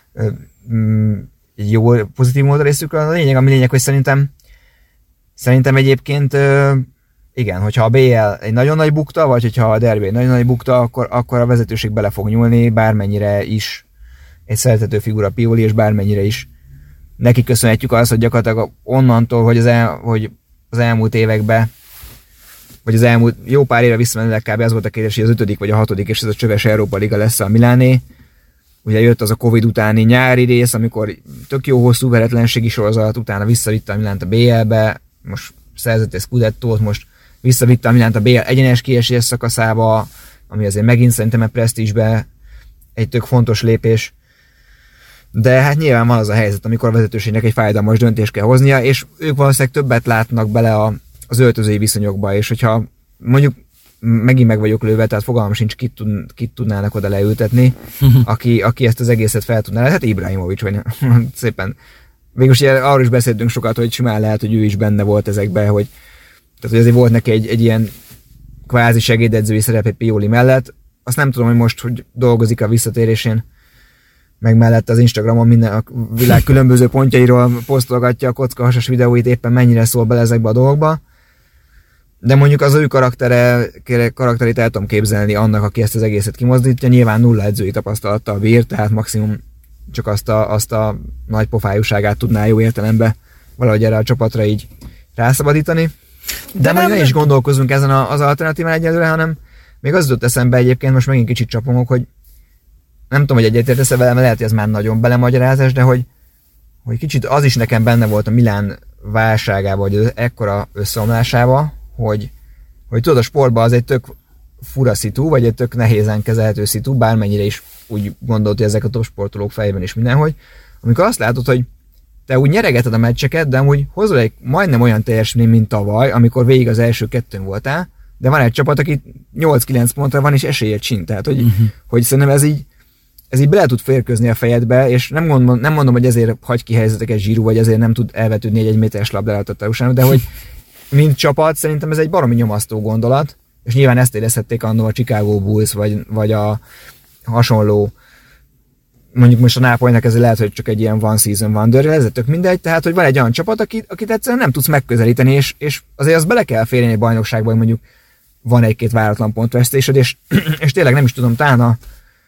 egy jó, pozitív módon részükről. A lényeg, ami lényeg, hogy szerintem szerintem egyébként igen, hogyha a bé el egy nagyon nagy bukta, vagy hogyha a derbi egy nagyon nagy bukta, akkor, akkor a vezetőség bele fog nyúlni, bármennyire is egy szerethető figura Pioli, és bármennyire is neki köszönhetjük azt, hogy gyakorlatilag onnantól, hogy az, el, hogy az elmúlt években, vagy az elmúlt jó pár éve visszamenőleg kb. Az volt a kérdés, hogy az ötödik vagy a hatodik, és ez a csöves Európa Liga lesz a Miláné. Ugye jött az a Covid utáni nyári rész, amikor tök jó hosszú veretlenségi sorozat, utána visszavitte a Milánt a bé el-be, most szerzett egy Scudettót, most visszavitte a Milánt a bé el egyenes kiesés szakaszába, ami azért megint szerintem a presztízsbe egy tök fontos lépés. De hát nyilván van az a helyzet, amikor a vezetőségnek egy fájdalmas döntést kell hoznia, és ők valószínűleg többet látnak bele a, az öltözői viszonyokba, és hogyha mondjuk megint meg vagyok lőve, tehát fogalmam sincs, kit, tud, kit tudnának oda leültetni, aki, aki ezt az egészet fel tudná. Hát Ibrahimovic, vagy szépen. Végülis arról is beszéltünk sokat, hogy simán lehet, hogy ő is benne volt ezekben, hogy, tehát, hogy azért volt neki egy, egy ilyen kvázi segédedzői szerep Pioli mellett. Azt nem tudom, hogy most hogy dolgozik a visszatérésén, meg mellett az Instagramon minden a világ különböző pontjairól posztolgatja a kockahasas videóit, éppen mennyire szól bele ezekbe a dolgokba. De mondjuk az ő karaktere, karakterét el tudom képzelni annak, aki ezt az egészet kimozdítja. Nyilván nulla edzői tapasztalattal bír, tehát maximum csak azt a, azt a nagy pofájúságát tudná jó értelemben valahogy erre a csapatra így rászabadítani. De, De majd ne is gondolkozunk ezen az alternatíván egyelőre, hanem még az jutott eszembe egyébként, most megint kicsit csapongok, hogy nem tudom, hogy egyetértesz-e velem, lehet, hogy ez már nagyon belemagyarázás, de hogy, hogy kicsit az is nekem benne volt a Milán válságában, vagy az ekkora összeomlásában, hogy, hogy tudod, a sportban az egy tök fura szitu, vagy egy tök nehézen kezelhető szitu, bármennyire is úgy gondolt, hogy ezek a top sportolók fejében is mindenhogy, amikor azt látod, hogy te úgy nyeregeted a meccseket, de amúgy hozol egy majdnem olyan teljesítmény, mint tavaly, amikor végig az első kettőn voltál, de van egy csapat, aki nyolc-kilenc pontra van, és eséllyel csint. Tehát, hogy, uh-huh. hogy szerintem ez így, ez így bele tud férkőzni a fejedbe, és nem mondom, nem mondom, hogy ezért hagy ki helyzeteket Giroud, vagy ezért nem tud elvetődni egy egy méteres labdálatot utána, de hogy mint csapat szerintem ez egy baromi nyomasztó gondolat, és nyilván ezt érezhették annól a Chicago Bulls, vagy, vagy a hasonló, mondjuk most a Nápolynak ez lehet, hogy csak egy ilyen one season wonder, ez tök mindegy, tehát hogy van egy olyan csapat, akit, akit egyszerűen nem tudsz megközelíteni, és, és azért az bele kell férni egy bajnokságban, hogy mondjuk van egy-két váratlan pontvesztésed, és, és tényleg nem is tudom, talán a,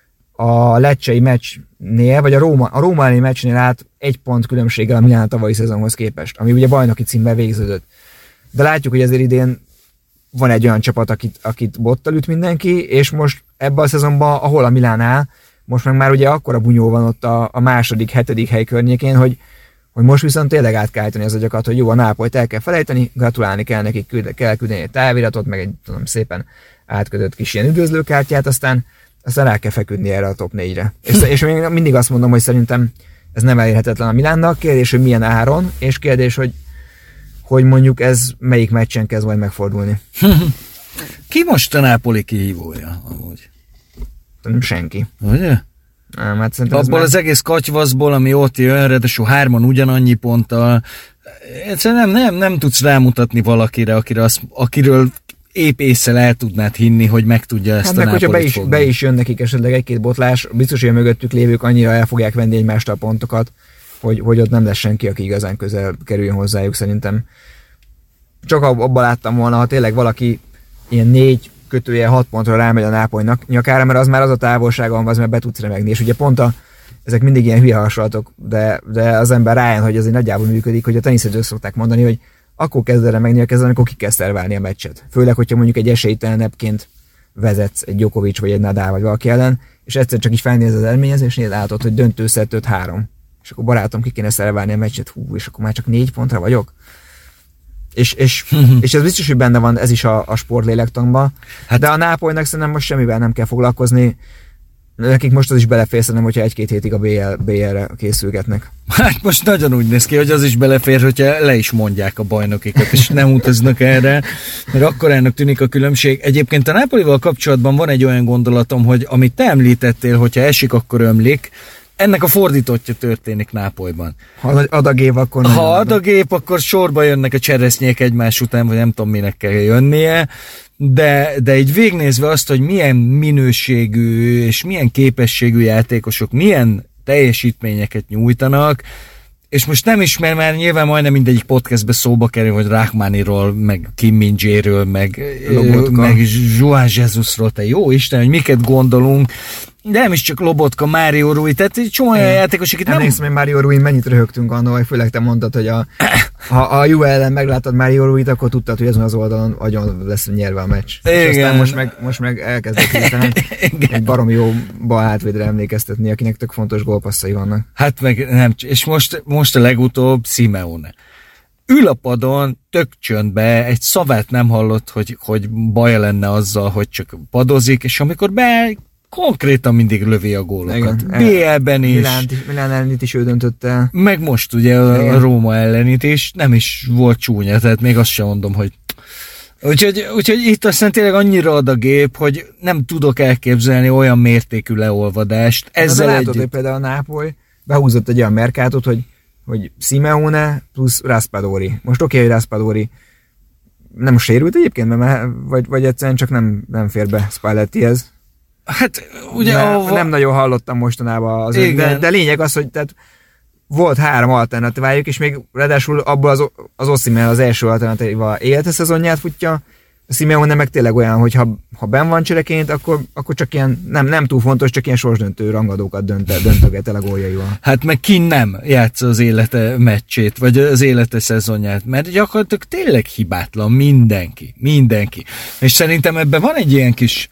a Lecce meccsnél, vagy a Róma, a Róma elleni meccsnél át egy pont különbséggel a Milán tavalyi szezonhoz képest, ami ugye bajnoki címben végződött. De látjuk, hogy ezért idén van egy olyan csapat, akit, akit bottal üt mindenki, és most ebben a szezonban, ahol a Milán áll, most meg már ugye akkora bunyó van ott a, a második, hetedik hely környékén, hogy, hogy most viszont tényleg át kell állítani az agyakat, hogy jó, a Nápolyt el kell felejteni, gratulálni kell nekik, küld, kell küldeni egy táviratot, meg egy tudom, szépen átkötött kis ilyen üdvözlőkártyát, aztán, aztán rá kell feküdni erre a top négyre. És, és még mindig azt mondom, hogy szerintem ez nem elérhetetlen a Milánnak, kérdés, hogy milyen áron, és kérdés, hogy, hogy mondjuk ez melyik meccsen kezd majd megfordulni. Ki most a Nápoli kihívója amúgy? Senki. Ugye? Nem, hát abból az, az meg... egész katyvaszból, ami ott jön, ráadásul hárman ugyanannyi ponttal, egyszerűen nem, nem, nem tudsz rámutatni valakire, akire az, akiről épp észre el tudnád hinni, hogy meg tudja ezt hát a Nápolit be is, be is jön nekik esetleg egy-két botlás, biztos, hogy a mögöttük lévők annyira el fogják venni egymástól a pontokat, hogy, hogy ott nem lesz senki, aki igazán közel kerüljön hozzájuk szerintem. Csak abban láttam volna, ha tényleg valaki ilyen négy kötője hat pontra rámegy a Nápolynak nyakára, mert az már az a távolsága van, az már be tudsz remegni. És ugye pont a, ezek mindig ilyen hülye hasonlatok, de, de az ember rájön, hogy azért nagyjából működik, hogy a teniszedzők szokták mondani, hogy akkor kezd el remegni a kezed, amikor ki kell szerválni a meccset. Főleg, hogyha mondjuk egy esélytelenebbként vezetsz egy Djokovic vagy egy Nadal vagy valaki ellen, és egyszer csak így felnéz az eredményezés, és nézd látod, hogy döntőszett öt három. És akkor barátom, ki kéne szerválni a meccset, hú, és akkor már csak négy pontra vagyok. És, és, és ez biztos, hogy benne van ez is a, a sportlélektanban. Hát, de a Nápolynak szerintem most semmivel nem kell foglalkozni. Nekik most az is belefér, szerintem, hogyha egy-két hétig a bé el, bé el-re készülgetnek. Hát most nagyon úgy néz ki, hogy az is belefér, hogyha le is mondják a bajnokikat, és nem utaznak erre, mert akkor ennek tűnik a különbség. Egyébként a Nápolival kapcsolatban van egy olyan gondolatom, hogy amit te említettél, hogyha esik, akkor ömlik, ennek a fordítottja történik Nápolyban. Ha ad a gép, akkor nem. Ha ad a gép, akkor sorba jönnek a cseresznyék egymás után, vagy nem tudom, minek kell jönnie, de, de így végnézve azt, hogy milyen minőségű és milyen képességű játékosok, milyen teljesítményeket nyújtanak, és most nem ismer, már nyilván majdnem mindegyik podcastbe szóba kerül, hogy Rahmaniról, meg Kim Min-jae-ről, meg, meg Joao Jesusról, te jó Isten, hogy miket gondolunk, de nem is csak Lobotka, Mário Rui, tehát egy csomó olyan játékos, akit nem... Emlékszem, hogy Mário Rui mennyit röhögtünk annól, hogy főleg te mondtad, hogy a, ha a Juve ellen megláttad Mário Ruit, akkor tudtad, hogy azon az oldalon agyon lesz nyerve a meccs. Igen. És aztán most meg, most meg elkezdett hirtelen egy baromi jó bal hátvédre emlékeztetni, akinek tök fontos gólpasszai vannak. Hát meg nem, és most, most a legutóbb Simeone. Ül a padon, tök csöndbe, egy szavát nem hallott, hogy, hogy baja lenne azzal, hogy csak padozik, és amikor be konkrétan mindig lövi a gólokat. bé el-ben is. Milán, Milán ellenit is ő döntött el. Meg most ugye a, a Róma ellenit is, nem is volt csúnya, tehát még azt sem mondom, hogy... Úgyhogy, úgyhogy itt aztán tényleg annyira ad a gép, hogy nem tudok elképzelni olyan mértékű leolvadást. Ezzel de látod, hogy például a Nápoly behúzott egy olyan merkátot, hogy, hogy Simeone plusz Raspadori. Most oké, okay, hogy Raspadori nem sérült egyébként, mert, vagy, vagy egyszerűen csak nem, nem fér be Spallettihez. Hát, ugye ne, a... nem nagyon hallottam mostanában az ön, de, de lényeg az, hogy tehát volt három alternatívájuk, és még ráadásul abból az, az Osimhen az első alternatíva élt a szezonját futja, a Simeone meg tényleg olyan, hogy ha, ha benn van csereként, akkor, akkor csak ilyen, nem, nem túl fontos, csak ilyen sorsdöntő rangadókat dönt, döntöget el a góljaival. Hát meg ki nem játsza az élete meccsét, vagy az élete szezonját, mert gyakorlatilag tényleg hibátlan mindenki, mindenki. És szerintem ebben van egy ilyen kis...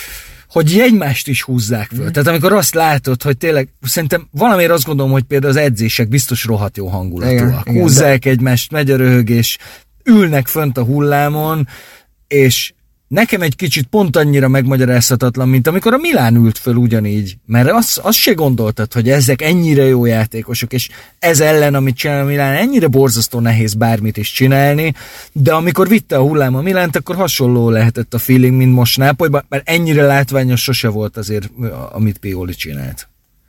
hogy egymást is húzzák föl. Mm. Tehát amikor azt látod, hogy tényleg, szerintem valamiért azt gondolom, hogy például az edzések biztos rohadt jó hangulatúak. Igen, húzzák igen, de... egymást, megy a röhögés, ülnek fönt a hullámon, és nekem egy kicsit pont annyira megmagyarázhatatlan, mint amikor a Milán ült föl ugyanígy. Mert azt az se gondoltad, hogy ezek ennyire jó játékosok, és ez ellen, amit csinál a Milán, ennyire borzasztó nehéz bármit is csinálni, de amikor vitte a hullám a Milánt, akkor hasonló lehetett a feeling, mint most Nápolyban, mert ennyire látványos sose volt azért, amit Pioli csinált.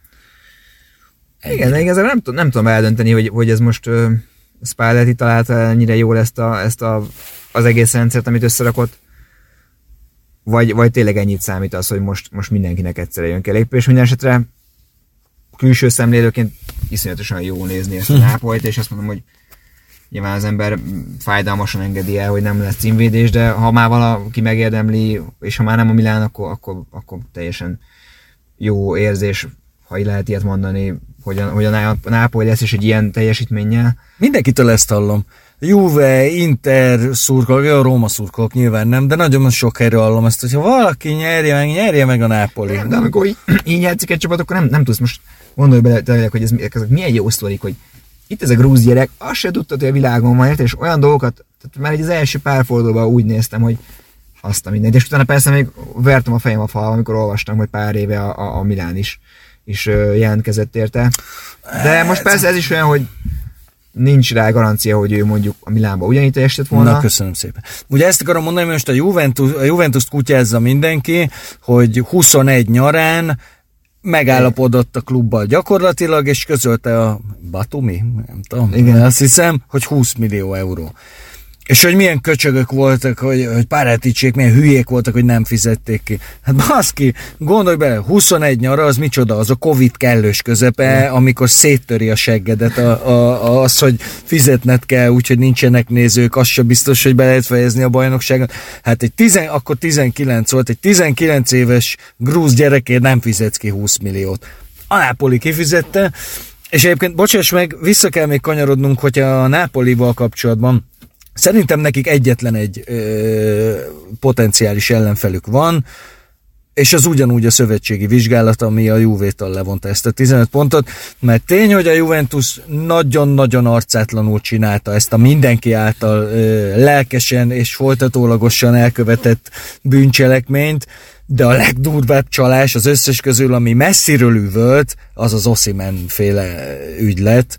Ennyire. Igen, de igazából nem, nem tudom eldönteni, hogy, hogy ez most uh, Spalletti találta ennyire jól ezt, a, ezt a, az egész rendszert, amit összerakott, vagy, vagy tényleg ennyit számít az, hogy most, most mindenkinek egyszerre jön kell lépni, és minden esetre külső szemlélőként iszonyatosan jó nézni ezt a Nápolyt, és azt mondom, hogy nyilván az ember fájdalmasan engedi el, hogy nem lesz címvédés, de ha már valaki megérdemli, és ha már nem a Milán, akkor, akkor, akkor teljesen jó érzés, ha így lehet ilyet mondani, hogy a, hogy a Nápoly lesz is egy ilyen teljesítménnyel. Mindenkitől ezt hallom. Juve, Inter szurkolók, a Róma szurkolók nyilván nem, de nagyon sok helyről hallom ezt, hogy ha valaki nyerje meg, nyerje meg a Nápoli. Nem, de amikor így, így játszik egy csapat, akkor nem, nem tudsz most gondolj bele, hogy ez, ez milyen jó sztorik, hogy itt ez a grúz gyerek, azt se tudtad, hogy a világon van, és olyan dolgokat, tehát már egy az első pár fordulóban úgy néztem, hogy azt a mindent. És utána persze még vertem a fejem a falba, amikor olvastam, hogy pár éve a, a, a Milán is, is jelentkezett érte. De most persze ez is olyan, hogy nincs rá garancia, hogy ő mondjuk a Milánba ugyanígy teljesített volna. Na, köszönöm szépen. Ugye ezt akarom mondani, hogy most a Juventus, a Juventus kutyázza mindenki, hogy huszonegy nyarán megállapodott a klubbal gyakorlatilag, és közölte a Batumi, nem tudom, igen. Azt hiszem, hogy húsz millió euró. És hogy milyen köcsögök voltak, hogy, hogy Páráticsék milyen hülyék voltak, hogy nem fizették ki. Hát baszki, gondolj bele, huszonegy nyara, az micsoda, az a Covid kellős közepe, amikor széttöri a seggedet a, a, az, hogy fizetned kell, úgyhogy nincsenek nézők, az sem biztos, hogy be lehet fejezni a bajnokságot. Hát egy tizen, akkor tizenkilenc volt, egy tizenkilenc éves grúz gyerekért nem fizetsz ki húsz milliót. A Napoli kifizette, és egyébként, bocsáss meg, vissza kell még kanyarodnunk, hogyha a Napolival kapcsolatban szerintem nekik egyetlen egy ö, potenciális ellenfelük van, és az ugyanúgy a szövetségi vizsgálat, ami a Juvétól levonta ezt a tizenöt pontot, mert tény, hogy a Juventus nagyon-nagyon arcátlanul csinálta ezt a mindenki által ö, lelkesen és folytatólagosan elkövetett bűncselekményt, de a legdurvább csalás az összes közül, ami messziről üvölt, az az Osimhen féle ügylet.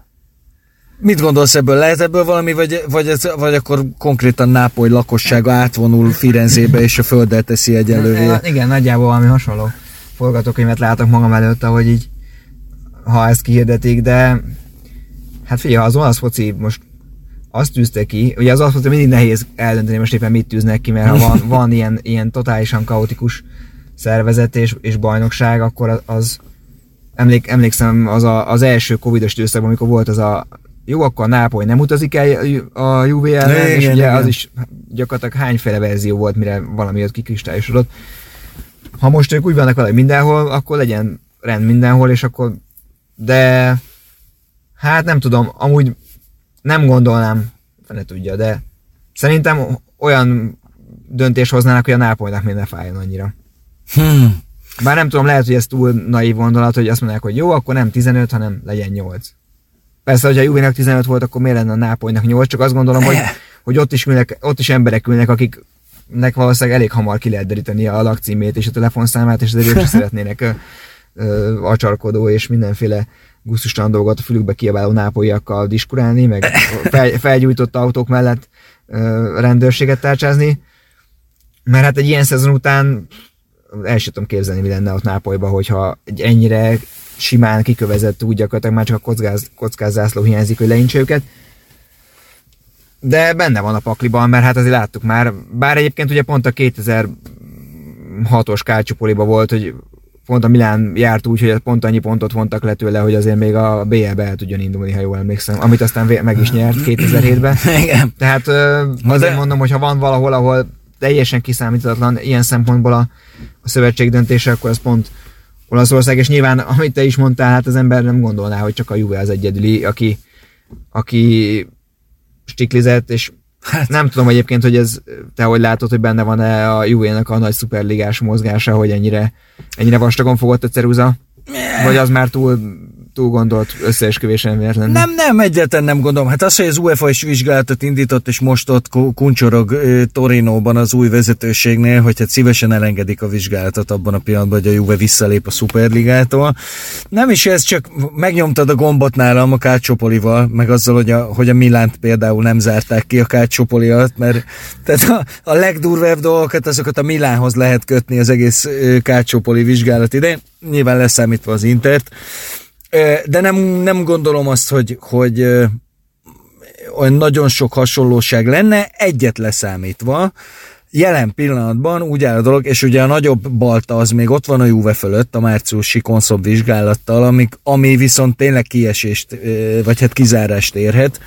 Mit gondolsz ebből? Lehet ebből valami, vagy, vagy, ez, vagy akkor konkrétan Nápoly lakossága átvonul Firenzébe és a földdel teszi egyenlővé? Igen, nagyjából valami hasonló forgatókönyvet látok magam előtt, ahogy így, ha ezt kihirdetik, de hát figyelj, ha az olasz foci most azt tűzte ki, ugye az olasz foci mindig nehéz eldönteni most éppen mit tűznek ki, mert ha van, van ilyen, ilyen totálisan kaotikus szervezet és, és bajnokság, akkor az, az emlék, emlékszem az, a, az első covidos időszakban, amikor volt az a jó, akkor a Nápoly nem utazik el a Juve ellen, és ugye igen. Az is gyakorlatilag hányféle verzió volt, mire valami ott kikristályosodott. Ha most ők úgy vannak vele mindenhol, akkor legyen rend mindenhol, és akkor... De... Hát nem tudom, amúgy nem gondolnám, ne tudja, de szerintem olyan döntés hoznának, hogy a Nápolynak még ne fájjon annyira. Hmm. Bár nem tudom, lehet, hogy ez túl naív gondolat, hogy azt mondják, hogy jó, akkor nem tizenöt, hanem legyen nyolc. Persze, hogyha a Juvénak tizenöt volt, akkor miért lenne a Nápolynak nyolc, csak azt gondolom, hogy, hogy ott, is ülnek, ott is emberek ülnek, akiknek valószínűleg elég hamar ki lehet deríteni a lakcímét és a telefonszámát, és azért ők sem szeretnének ö, ö, acsarkodó és mindenféle gusztustalan dolgot a fülükbe kiabáló nápolyiakkal diskurálni, meg fel, felgyújtott autók mellett ö, rendőrséget tárcsázni. Mert hát egy ilyen szezon után el sem tudom képzelni, mi lenne ott Nápolyban, hogyha egy ennyire simán kikövezett, úgy gyakorlatilag már csak a kockáz, kockázászló hiányzik, hogy leintse őket. De benne van a pakliban, mert hát azért láttuk már, bár egyébként ugye pont a kétezer-hatos Calciopoliban volt, hogy pont a Milán járt úgy, hogy pont annyi pontot vontak le tőle, hogy azért még a bé el-be el tudjon indulni, ha jól emlékszem, amit aztán meg is nyert kétezer-hétben. Igen. Tehát azért de... mondom, hogy ha van valahol, ahol teljesen kiszámíthatatlan ilyen szempontból a, a szövetség döntése, akkor az pont Olaszország, és nyilván, amit te is mondtál, hát az ember nem gondolná, hogy csak a Juve az egyedüli, aki, aki stiklizett, és hát. Nem tudom egyébként, hogy ez, te hogy látod, hogy benne van-e a Juve-nak a nagy szuperligás mozgása, hogy ennyire, ennyire vastagon fogott a ceruza, vagy az már túl túl gondolt összeesküvés elmélet lenne. Nem, nem, egyáltalán nem gondolom. Hát az, hogy az UEFA is vizsgálatot indított, és most ott kuncsorog Torinóban az új vezetőségnél, hogy hát szívesen elengedik a vizsgálatot abban a pillanatban, hogy a Juve visszalép a Szuperligától. Nem is ez, csak megnyomtad a gombot nálam a Calciopolival, meg azzal, hogy a, hogy a Milánt például nem zárták ki a Calciopoli alatt, mert tehát a, a legdurvább dolgokat, azokat a Milánhoz lehet kötni az egész Calciopoli vizsgálat idején, nyilván leszámítva az Intert, de nem, nem gondolom azt, hogy, hogy olyan nagyon sok hasonlóság lenne, egyet leszámítva. Jelen pillanatban úgy áll a dolog, és ugye a nagyobb balta az még ott van a Juve fölött, a márciusi konszob vizsgálattal, ami, ami viszont tényleg kiesést, vagy hát kizárást érhet.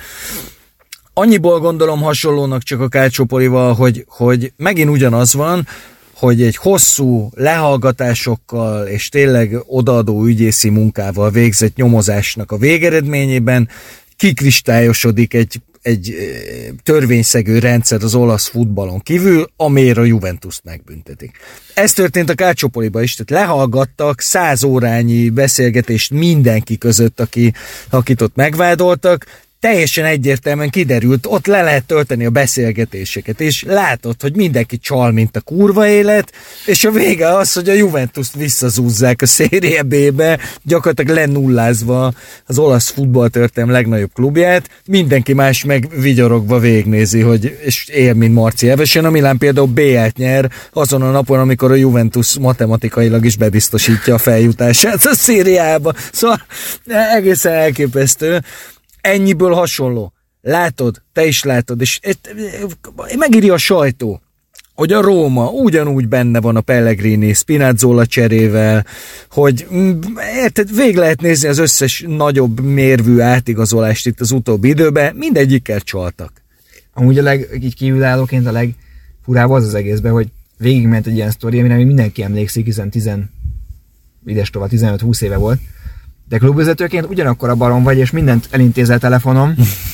Annyiból gondolom hasonlónak csak a Calciopolival, hogy, hogy megint ugyanaz van, hogy egy hosszú lehallgatásokkal és tényleg odaadó ügyészi munkával végzett nyomozásnak a végeredményében kikristályosodik egy, egy törvényszegő rendszer az olasz futballon kívül, amelyre a Juventust megbüntetik. Ez történt a Calciopoliban is, tehát lehallgattak száz órányi beszélgetést mindenki között, aki, akit ott megvádoltak, teljesen egyértelműen kiderült, ott le lehet tölteni a beszélgetéseket, és látod, hogy mindenki csal, mint a kurva élet, és a vége az, hogy a Juventust visszazúzzák a Serie B-be, gyakorlatilag lenullázva az olasz futballtörténelem legnagyobb klubját, mindenki más meg vigyorogva végnézi, hogy, és él, mint Marci Evesen. A Milán például bé el-t nyer azon a napon, amikor a Juventus matematikailag is bebiztosítja a feljutását a Szériába. Szóval egészen elképesztő. Ennyiből hasonló. Látod, te is látod, és megírja a sajtó, hogy a Róma ugyanúgy benne van a Pellegrini Spinazzola cserével, hogy érted, végig lehet nézni az összes nagyobb mérvű átigazolást itt az utóbbi időben, mindegyikkel csaltak. Amúgy a leg, így kívülállóként a legfurább az az egészben, hogy végigment egy ilyen sztori, amire még mindenki emlékszik, hiszen tizen, ides tovább, tizenöt-húsz éve volt. De klubvezetőként ugyanakkor a barom vagy, és mindent elintézel telefonom.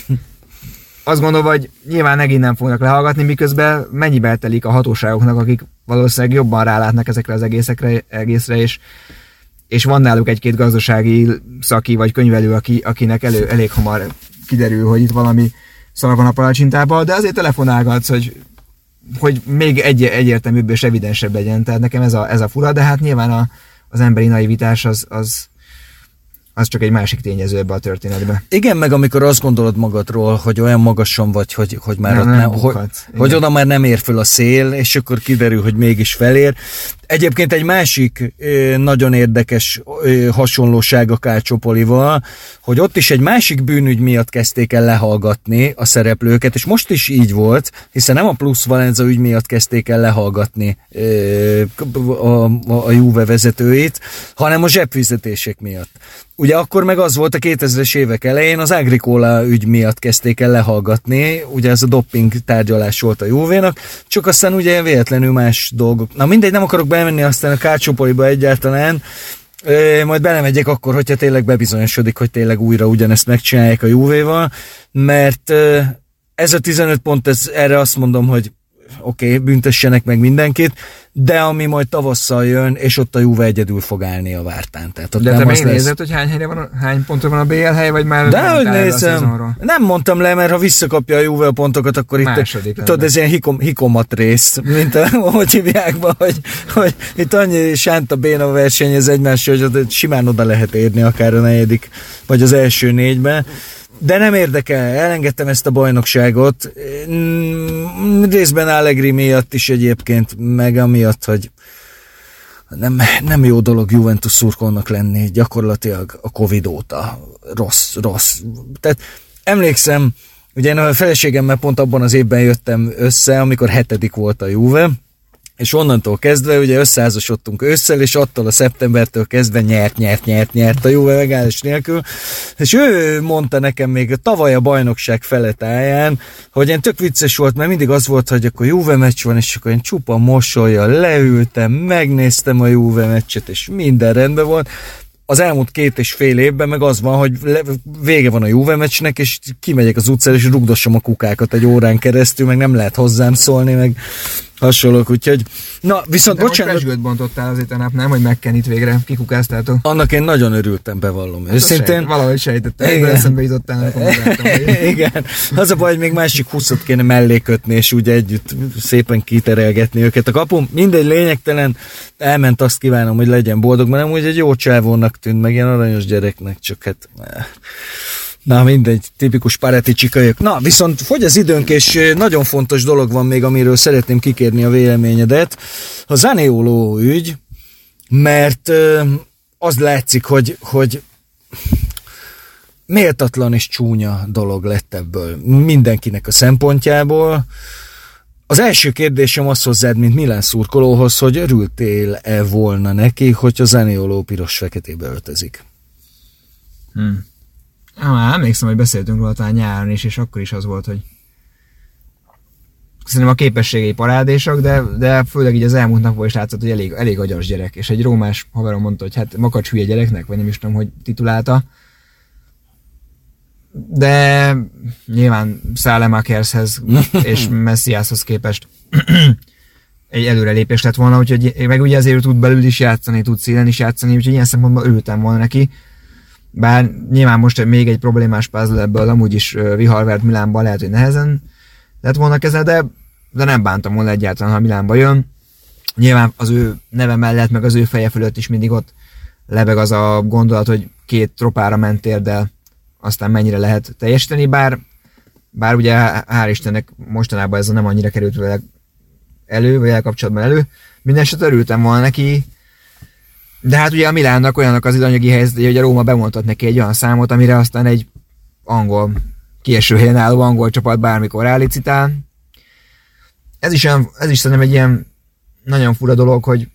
Azt gondolom, hogy nyilván megint nem fognak lehallgatni, miközben mennyibe telik a hatóságoknak, akik valószínűleg jobban rálátnak ezekre az egészekre, egészre, és, és van náluk egy-két gazdasági szaki vagy könyvelő, aki, akinek elő, elég hamar kiderül, hogy itt valami szar van a palacsintában, de azért telefonálgatsz, hogy, hogy még egy, egyértelműbb és evidensebb legyen. Tehát nekem ez a, ez a fura, de hát nyilván a, az emberi naivitás az, az az csak egy másik tényező ebbe a történetbe. Igen, meg amikor azt gondolod magadról, hogy olyan magasan vagy, hogy, hogy már nem, ott nem, ne, hogy, hogy oda már nem ér föl a szél, és akkor kiderül, hogy mégis felér. Egyébként egy másik nagyon érdekes hasonlóság a Calciopolival, hogy ott is egy másik bűnügy miatt kezdték el lehallgatni a szereplőket, és most is így volt, hiszen nem a Plus Valenza ügy miatt kezdték el lehallgatni a, a, a Juve vezetőit, hanem a zsebfizetések miatt. Ugye akkor meg az volt a kétezres évek elején, az Agricola ügy miatt kezdték el lehallgatni, ugye ez a doping tárgyalás volt a Juvénak, csak aztán ugye véletlenül más dolgok. Na mindegy, nem akarok bemenni aztán a Calciopoliba egyáltalán, e, majd belemegyek akkor, hogyha tényleg bebizonyosodik, hogy tényleg újra ugyanezt megcsinálják a Juvéval, mert e, ez a tizenöt pont, ez, erre azt mondom, hogy oké, okay, büntessenek meg mindenkit, de ami majd tavasszal jön, és ott a Juve egyedül fog állni a vártán. Tehát ott de nem te az megnézed, lesz... hogy hány, helyre van, hány pontra van a bé el hely, vagy már de hogy nézem, nem mondtam le, mert ha visszakapja a Juve a pontokat, akkor második itt, tudod, ez ilyen hikom, hikomat rész, mint a, hogy hívják be, hogy, hogy itt annyi sánta béna versenyez egymásra, hogy simán oda lehet érni akár a negyedik, vagy az első négybe. De nem érdekel, elengedtem ezt a bajnokságot, részben Allegri miatt is egyébként, meg amiatt, hogy nem, nem jó dolog Juventus szurkolnak lenni, gyakorlatilag a Covid óta rossz, rossz. Tehát emlékszem, ugye én a feleségemmel pont abban az évben jöttem össze, amikor hetedik volt a Juve, és onnantól kezdve ugye összeházasodtunk ősszel, és attól a szeptembertől kezdve nyert, nyert, nyert, nyert a Juve megállás nélkül, és ő mondta nekem még a tavaly a bajnokság feletáján, hogy én tök vicces volt, mert mindig az volt, hogy akkor Juve meccs van, és akkor én csupa mosollyal leültem, megnéztem a Juve meccset, és minden rendben volt. Az elmúlt két és fél évben meg az van, hogy le, vége van a Juve meccsnek, és kimegyek az utcára, és rugdossam a kukákat egy órán keresztül, meg nem lehet hozzám szólni, meg hasonlók, úgyhogy... Na, viszont de bocsánat... most pesgőt bontottál azért a nap, nem? Hogy McKennyt végre kikukáztátok. Annak én nagyon örültem, bevallom. Őszintén... Sejt, valahogy sejtettem, ebből eszembe jutottál, amikor megláttam. Igen. Az a baj, hogy még másik húszat kéne mellé kötni, és úgy együtt szépen kiterelgetni őket a kapun. Mindegy, lényegtelen. Elment, azt kívánom, hogy legyen boldog, mert nem úgy egy jó csávónak tűnt, meg ilyen aranyos gyereknek, csak hát... Na mindegy, tipikus Paretti csikölyök. Na, viszont fogy az időnk, és nagyon fontos dolog van még, amiről szeretném kikérni a véleményedet. A Zanioló ügy, mert az látszik, hogy, hogy méltatlan és csúnya dolog lett ebből mindenkinek a szempontjából. Az első kérdésem az hozzád, mint Milan szurkolóhoz, hogy örültél-e volna neki, hogy a Zanioló piros-feketébe öltözik? Hmm. Ah, emlékszem, hogy beszéltünk róla talán nyáron is, és akkor is az volt, hogy szerintem a képességei parádésak, de, de főleg így az elmúlt napból is látszott, hogy elég, elég agyas gyerek, és egy rómás haverom mondta, hogy hát makacs hülye gyereknek, vagy nem is tudom, hogy titulálta. De nyilván Salemakershez és Messiashoz képest egy előrelépés lett volna, úgyhogy meg ugye azért tud belül is játszani, tud szélen is játszani, úgyhogy ilyen szempontból örültem volna neki. Bár nyilván most még egy problémás puzzle ebből amúgy is viharvert Milánban, lehet, hogy nehezen lett volna kezel, de, de nem bántam volna egyáltalán, ha Milánba jön. Nyilván az ő neve mellett, meg az ő feje fölött is mindig ott lebeg az a gondolat, hogy két tropára ment térdel, aztán mennyire lehet teljesíteni, bár, bár ugye hál' Istennek mostanában ez nem annyira került vele elő, vagy elkapcsolatban elő. Mindenesetre örültem volna neki, de hát ugye a Milánnak olyanok az anyagi helyzet, hogy a Róma bemondhat neki egy olyan számot, amire aztán egy angol, kieső helyen álló angol csapat bármikor rálicitál. Ez is, olyan, ez is szerintem egy ilyen nagyon fura dolog, hogy,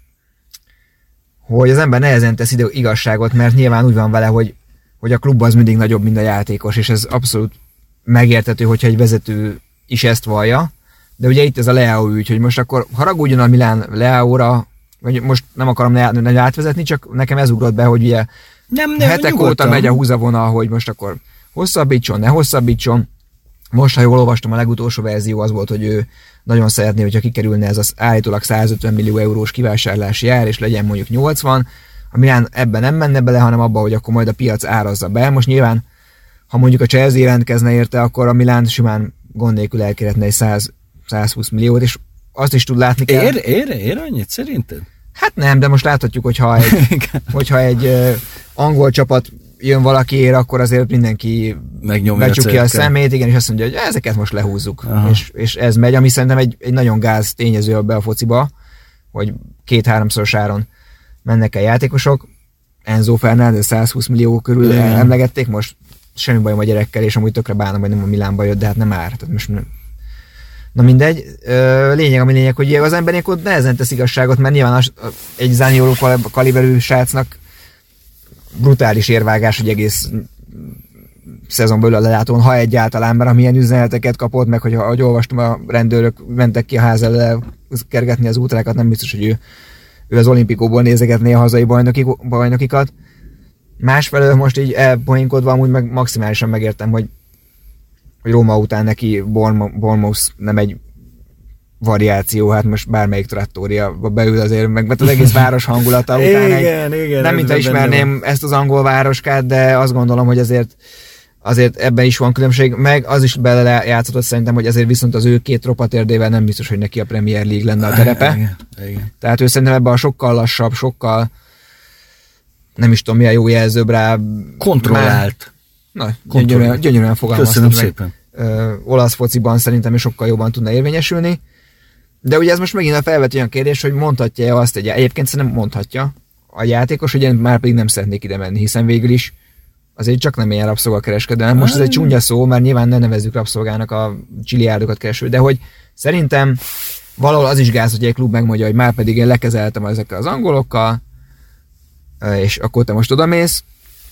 hogy az ember nehezen tesz ide igazságot, mert nyilván úgy van vele, hogy, hogy a klub az mindig nagyobb, mint a játékos, és ez abszolút megérthető, hogyha egy vezető is ezt vallja. De ugye itt ez a Leao ügy, hogy most akkor haragudjon a Milán Leaóra, vagy most nem akarom ne átvezetni, csak nekem ez ugrott be, hogy ugye nem, nem, hetek nyugodtan óta megy a húzavonal, hogy most akkor hosszabbítson, ne hosszabbítson. Most, ha jól olvastam, a legutolsó verzió az volt, hogy ő nagyon szeretné, hogyha kikerülne ez az állítólag százötven millió eurós kivásárlási ár, és legyen mondjuk nyolcvan. A Milán ebben nem menne bele, hanem abba, hogy akkor majd a piac árazza be. Most nyilván, ha mondjuk a Chelsea jelentkezne érte, akkor a Milán simán gond nélkül elkérhetne egy száz-százhúsz milliót, és azt is tud látni kell. Ér, ér, ér annyit szerinted? Hát nem, de most láthatjuk, hogyha egy, hogyha egy uh, angol csapat jön valakiért, akkor azért mindenki becsukja a szemét, igen, és azt mondja, hogy ezeket most lehúzzuk. És, és ez megy, ami szerintem egy, egy nagyon gáz tényező be a fociba, hogy két-háromszoros áron mennek el játékosok. Enzo Fernández százhúsz millió körül igen. Emlegették, most semmi bajom a gyerekkel, és amúgy tökre bánom, hogy nem a Milánba jött, de hát nem ár. Tehát most na mindegy, lényeg ami lényeg, hogy az ember ilyenkor nehezen tesz igazságot, mert nyilván az, egy Zanioló kaliberű srácnak brutális érvágás, hogy egész szezon belül a lelátón, ha egyáltalán, mert amilyen üzeneteket kapott, meg hogy ahogy olvastam, a rendőrök mentek ki a ház elé kergetni az útrákat, nem biztos, hogy ő, ő az olimpikóból nézegetné a hazai bajnoki, bajnokikat. Másfelől most így elpoinkodva amúgy meg maximálisan megértem, hogy hogy Róma után neki Bournemouth nem egy variáció, hát most bármelyik trattória beül azért, meg mert az egész város hangulata után igen, egy, igen, nem mintha ismerném ezt az angol városkát, de azt gondolom, hogy azért, azért ebben is van különbség, meg az is belejátszott szerintem, hogy azért viszont az ő két ropatérdével nem biztos, hogy neki a Premier League lenne a terepe. Igen, igen. Tehát ő szerintem ebben a sokkal lassabb, sokkal nem is tudom mi a jó jelzőbb rá. Kontrollált. Na, gyönyörűen, gyönyörűen fogalmaztam. Köszönöm szépen. Ö, olasz fociban szerintem is sokkal jobban tudna érvényesülni. De ugye ez most megint a felvet olyan kérdés, hogy mondhatja-e azt, egy, egyébként szerintem mondhatja a játékos, hogy én már pedig nem szeretnék ide menni, hiszen végül is azért csak nem ilyen rabszolgakereskedelem. Most ez egy csúnya szó, mert nyilván ne nevezzük rabszolgának a csiliárdokat kereső, de hogy szerintem valahol az is gáz, hogy egy klub megmondja, hogy már pedig én lekezeltem ezekkel az angolokkal, és akkor te most odamész.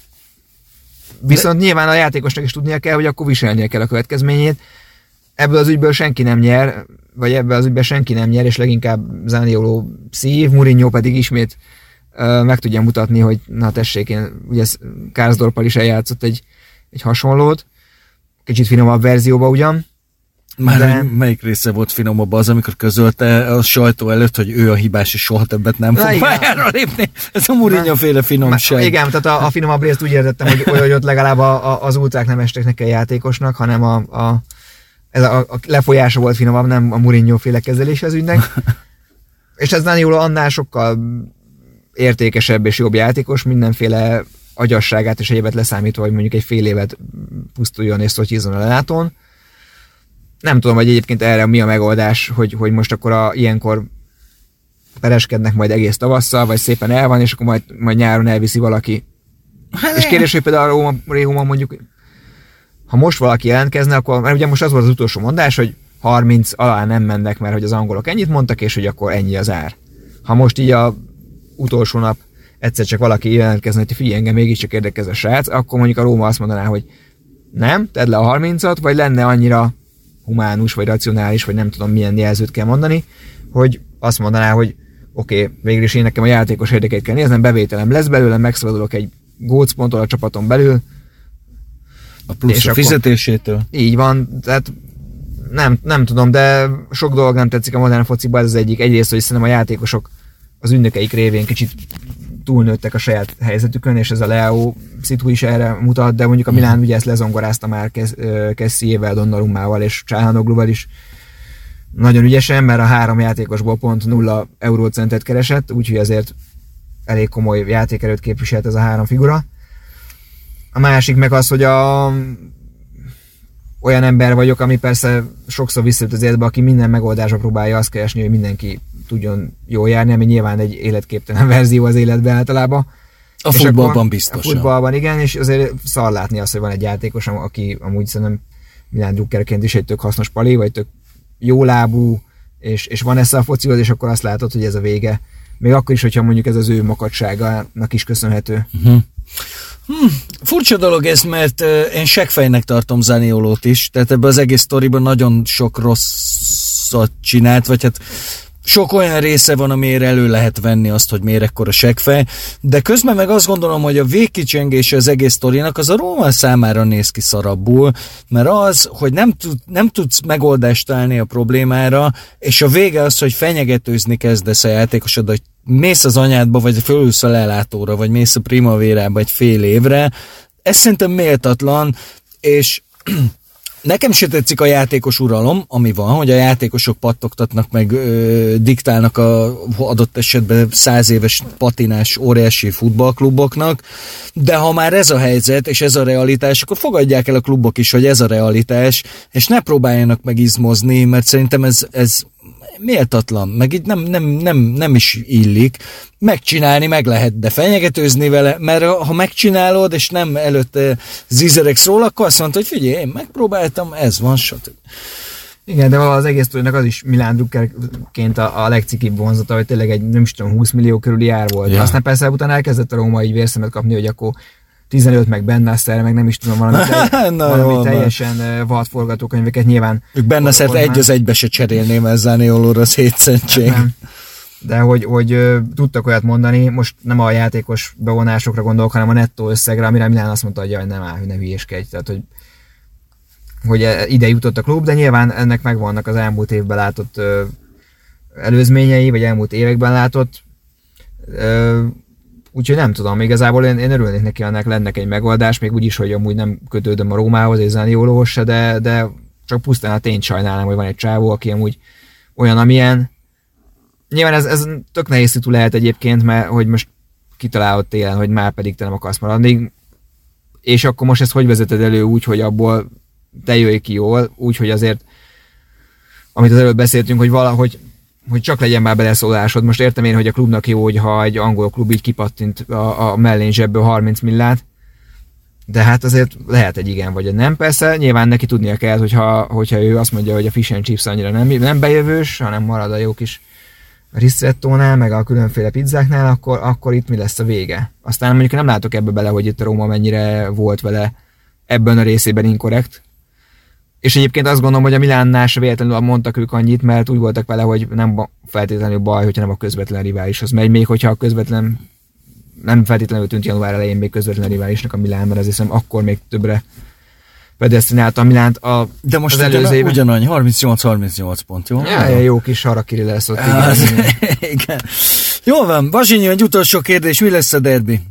Viszont de... nyilván a játékosnak is tudnia kell, hogy akkor viselnie kell a következményét. Ebből az ügyből senki nem nyer, vagy ebből az ügyben senki nem nyer, és leginkább Zanioló szív, Mourinho pedig ismét uh, meg tudja mutatni, hogy na tessék, én ugye Karsdorppal is eljátszott egy, egy hasonlót, kicsit finomabb verzióba ugyan, Már de... melyik része volt finomabb az, amikor közölte a sajtó előtt, hogy ő a hibás, és soha többet nem fog Na, pályára lépni. Ez a Mourinho-féle finomság. Igen, tehát a, a finomabb részt úgy értettem, hogy, hogy ott legalább a, a, az ultrák nem estek neki a játékosnak, hanem a, a, ez a, a lefolyása volt finomabb, nem a Mourinho-féle kezelés az ügynek. És ez Zaniolo annál sokkal értékesebb és jobb játékos, mindenféle agyasságát és egyébet leszámítva, hogy mondjuk egy fél évet pusztuljon és szotyizzon a lelátón. Nem tudom, hogy egyébként erre mi a megoldás, hogy, hogy most akkor a, ilyenkor pereskednek majd egész tavasszal, vagy szépen el van, és akkor majd, majd nyáron elviszi valaki. Hát, és kérdés, hogy például a Róma, Réhuma mondjuk, ha most valaki jelentkezne, akkor, mert ugye most az volt az utolsó mondás, hogy harminc alá nem mennek, mert hogy az angolok ennyit mondtak, és hogy akkor ennyi az ár. Ha most így a utolsó nap egyszer csak valaki jelentkezne, hogy figyelj, engem mégiscsak érdekez a srác, akkor mondjuk a Róma azt mondaná, hogy nem, tedd le a harmincat, vagy lenne annyira humánus, vagy racionális, vagy nem tudom milyen jelzőt kell mondani, hogy azt mondaná, hogy oké, okay, végül is én nekem a játékos érdekét kell néznem, bevételem lesz belőle, megszabadulok egy gócponttól a csapaton belül. A plusz a fizetésétől. Így van, tehát nem, nem tudom, de sok dolog nem tetszik a modern fociban, ez az egyik. Egyrészt, hogy szerintem a játékosok az ünnökeik révén kicsit túlnőttek a saját helyzetükön, és ez a Leao szitu is erre mutat, de mondjuk a Milán ugye ezt lezongorázta már Kessiével, Donnarummával és Csáhanogluval is nagyon ügyesen, mert a három játékosból pont nulla eurócentet keresett, úgyhogy azért elég komoly játékerőt képviselt ez a három figura. A másik meg az, hogy a olyan ember vagyok, ami persze sokszor visszajött az életbe, aki minden megoldásra próbálja azt keresni, hogy mindenki tudjon jól járni, ami nyilván egy életképtelen verzió az életben általában. A futballban biztosan. A futballban igen, és azért szar látni azt, hogy van egy játékos, aki amúgy szerintem Milán drukkerként is egy tök hasznos pali, vagy tök jólábú, és, és van esze a focihoz, és akkor azt látod, hogy ez a vége. Még akkor is, hogyha mondjuk ez az ő makadságának is köszönhető. Uh-huh. Hmm, furcsa dolog ez, mert uh, én seggfejnek tartom Zaniolót is, tehát ebben az egész sztoriban nagyon sok rosszat csinált, vagy hát sok olyan része van, amire elő lehet venni azt, hogy miért ekkora seggfej, de közben meg azt gondolom, hogy a végkicsengése az egész sztorinak az a Róma számára néz ki szarabbul, mert az, hogy nem, tud, nem tudsz megoldást találni a problémára, és a vége az, hogy fenyegetőzni kezdesz a játékosod, hogy mész az anyádba, vagy fölülsz a lelátóra, vagy mész a Primavérába egy fél évre, ez szerintem méltatlan, és nekem se tetszik a játékos uralom, ami van, hogy a játékosok pattogtatnak meg, ö, diktálnak a adott esetben száz éves patinás óriási futballkluboknak, de ha már ez a helyzet, és ez a realitás, akkor fogadják el a klubok is, hogy ez a realitás, és ne próbáljanak meg izmozni, mert szerintem ez, ez méltatlan, meg így nem, nem, nem, nem is illik. Megcsinálni meg lehet, de fenyegetőzni vele, mert ha megcsinálod, és nem előtte zizeregsz róla, akkor azt mondta, hogy figyelj, én megpróbáltam, ez van, stb. Igen, de az egész sztorinak az is Milán drukkerként a, a legcikibb vonzata, hogy tényleg egy, nem is tudom, húsz millió körüli ár volt. Ja. Aztán persze utána elkezdett a Róma így vérszemet kapni, hogy akkor tizenöt meg Bennasser, meg nem is tudom, valami, telj, Na, valami teljesen vad forgatókönyveket nyilván. Ők Bennassert egy az egybe se cserélném el Zaniolóra, az hétszentség. De hogy, hogy tudtak olyat mondani, most nem a játékos bevonásokra gondolok, hanem a nettó összegre, amire Milán azt mondta, hogy jaj, nem áll, hogy ne hülyéskedj. Tehát, hogy, hogy ide jutott a klub, de nyilván ennek megvannak az elmúlt évben látott ö, előzményei, vagy elmúlt években látott. Ö, Úgyhogy nem tudom, igazából én, én örülnék neki, annak lennek egy megoldás, még úgyis, hogy amúgy nem kötődöm a Rómához és Zaniolóhoz se, de, de csak pusztán a tényt sajnálom, hogy van egy csávó, aki amúgy olyan, amilyen. Nyilván ez, ez tök nehéz szitu lehet egyébként, mert hogy most kitalálod télen, hogy már pedig te nem akarsz maradni, és akkor most ezt hogy vezeted elő úgy, hogy abból te jöjj ki jól, úgy, hogy azért, amit az előbb beszéltünk, hogy valahogy hogy csak legyen már beleszólásod. Most értem én, hogy a klubnak jó, hogyha egy angol klub így kipattint a, a mellén zsebből harminc millát, de hát azért lehet egy igen vagy egy nem. Persze nyilván neki tudnia kell, hogyha, hogyha ő azt mondja, hogy a fish and chips annyira nem, nem bejövős, hanem marad a jó kis ristrettónál, meg a különféle pizzáknál, akkor, akkor itt mi lesz a vége. Aztán mondjuk nem látok ebbe bele, hogy itt a Róma mennyire volt vele ebben a részében inkorrekt. És egyébként azt gondolom, hogy a Milánnál se véletlenül mondtak ők annyit, mert úgy voltak vele, hogy nem feltétlenül baj, hogyha nem a közvetlen riválishoz megy, még hogyha a közvetlen, nem feltétlenül tűnt január elején még közvetlen riválisnak a Milán, mert azért hiszem akkor még többre predesztinálta a Milánt a, de most az előző évben. Ugyanannyi, harmincnyolc harmincnyolc pont, jó? Ja, jó kis harakiri lesz ott. Az, igen. Jól van, Bazsinyi, egy utolsó kérdés, mi lesz a derbi?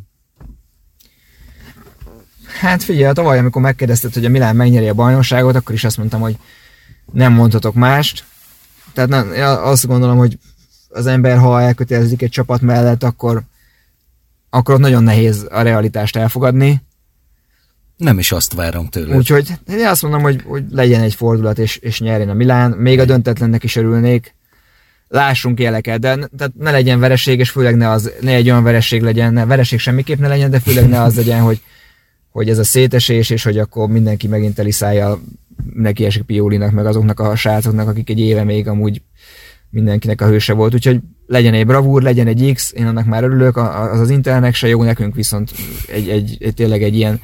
Hát figyelj, tavaly, amikor megkérdezted, hogy a Milán megnyeri a bajnokságot, akkor is azt mondtam, hogy nem mondhatok mást. Tehát nem, azt gondolom, hogy az ember, ha elkötelezik egy csapat mellett, akkor, akkor ott nagyon nehéz a realitást elfogadni. Nem is azt várom tőle. Úgyhogy én azt mondom, hogy, hogy legyen egy fordulat, és, és nyerjen a Milán. Még a döntetlennek is örülnék. Lássunk jeleket, de tehát ne legyen vereség, és főleg ne, az, ne egy olyan vereség legyen, ne, vereség semmiképp ne legyen, de főleg ne az legyen, hogy, hogy ez a szétesés, és hogy akkor mindenki megint teliszájjal neki esik Piolinak, meg azoknak a srácoknak, akik egy éve még amúgy mindenkinek a hőse volt. Úgyhogy legyen egy bravúr, legyen egy X, én annak már örülök, az az Internek se jó, nekünk viszont egy, egy, egy tényleg egy ilyen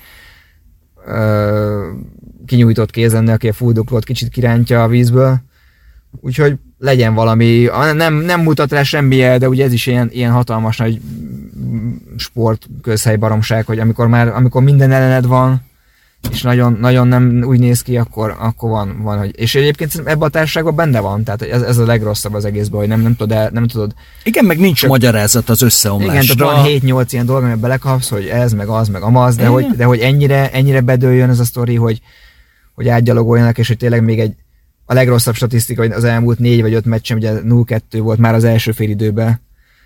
ö, kinyújtott kéz lenne, aki a fuldoklót kicsit kirántja a vízből. Úgyhogy legyen valami, nem, nem mutat rá semmilyen, de ugye ez is ilyen, ilyen hatalmas nagy sport közhely baromság, hogy amikor már amikor minden ellened van, és nagyon, nagyon nem úgy néz ki, akkor, akkor van, van, hogy... És egyébként ebben a társaságban benne van, tehát ez, ez a legrosszabb az egészben, hogy nem, nem, tudod, nem tudod... Igen, meg nincs csak... magyarázat az összeomlásra. Igen, tehát van hét-nyolc ilyen dolog, amiben belekapsz, hogy ez, meg az, meg amaz, de, hogy, de hogy ennyire, ennyire bedőljön ez a sztori, hogy, hogy átgyalogoljanak, és hogy tényleg még egy a legrosszabb statisztika, hogy az elmúlt négy vagy öt meccsem, ugye nulla kettő volt már az első fél időben.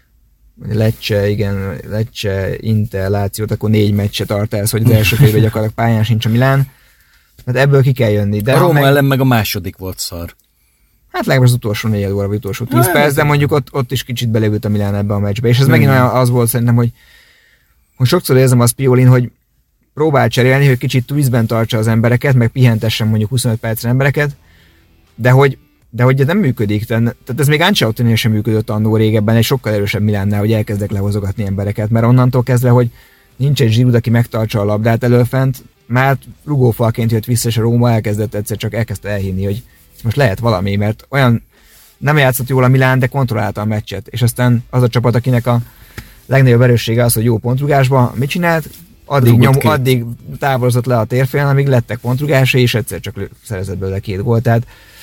Lecce, igen, Lecce, Inter, Lációt, akkor négy meccse tart ez, hogy az első fél időben gyakorlatilag pályán sincs a Milán. Hát ebből ki kell jönni. De a Róma meg... ellen meg a második volt szar. Hát legalább az utolsó négy óra, vagy utolsó tíz ha, perc, de mondjuk ott, ott is kicsit belevült a Milán ebbe a meccsbe. És ez hmm. megint olyan az volt szerintem, hogy, hogy sokszor érzem az Piolin, hogy próbál cserélni, hogy kicsit tvízben tartsa az embereket, meg pihentessen mondjuk huszonöt percre embereket, de hogy, de hogy ez nem működik. Tehát ez még Ancelottinél sem működött annó régebben, egy sokkal erősebb Milánnál, hogy elkezdek lehozogatni embereket, mert onnantól kezdve, hogy nincs egy Giroud, aki megtartsa a labdát előfent, már rugófalként jött vissza, és a Róma elkezdett egyszer csak elkezdte elhinni, hogy most lehet valami, mert olyan nem játszott jól a Milán, de kontrollálta a meccset, és aztán az a csapat, akinek a legnagyobb erőssége az, hogy jó pontrugásban mit csinált, addig, nyom, addig távolozott le a térfélen, amíg lettek pontrugásai, és egyszer csak szerezett belőle két gólt, tehát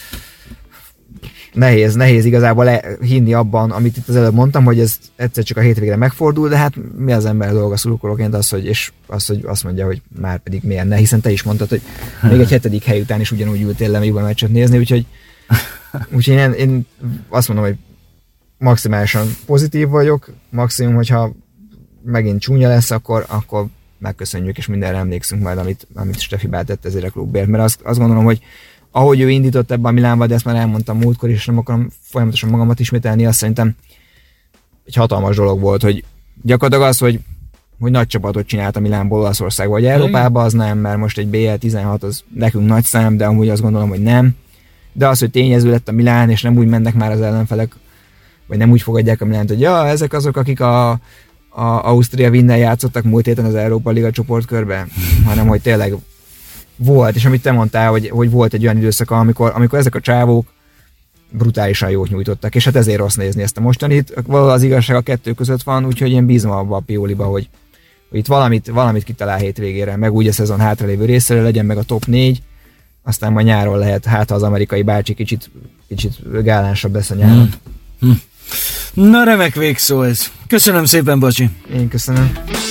nehéz, nehéz igazából hinni abban, amit itt az előbb mondtam, hogy ez egyszer csak a hétvégre megfordul, de hát mi az ember dolga szurkolóként az, hogy, és az, hogy azt mondja, hogy már pedig milyen ne, hiszen te is mondtad, hogy még egy hetedik hely után is ugyanúgy ültél le még a meccset nézni, úgyhogy, úgyhogy én, én azt mondom, hogy maximálisan pozitív vagyok, maximum, hogyha megint csúnya lesz, akkor, akkor megköszönjük, és mindenre emlékszünk majd, amit, amit Steffi tett ezért a klubért, mert azt, azt gondolom, hogy ahogy ő indított ebbe a Milánba, de ezt már elmondtam múltkor is, és nem akarom folyamatosan magamat ismételni, azt szerintem egy hatalmas dolog volt, hogy gyakorlatilag az, hogy, hogy nagy csapatot csinált a Milánból Olaszországba, vagy Európába, az nem, mert most egy bé el tizenhat az nekünk nagy szám, de amúgy azt gondolom, hogy nem. De az, hogy tényező lett a Milán, és nem úgy mennek már az ellenfelek, vagy nem úgy fogadják a Milánt, hogy ja, ezek azok, akik a, a Ausztria Winnel játszottak múlt héten az Európa Liga csoportkörbe, hanem hogy tényleg volt, és amit te mondtál, hogy, hogy volt egy olyan időszaka, amikor, amikor ezek a csávók brutálisan jót nyújtottak, és hát ezért rossz nézni ezt a mostanit. Valahol az igazság a kettő között van, úgyhogy én bízom abba a Pioliba, hogy, hogy itt valamit, valamit kitalál hétvégére, meg úgy a szezon hátralévő részére legyen meg a top négy, aztán majd nyáron lehet, hát ha az amerikai bácsi kicsit, kicsit gálánsabb lesz a nyáron. Hmm. Hmm. Na remek végszó ez. Köszönöm szépen, Bacsi. Én köszönöm.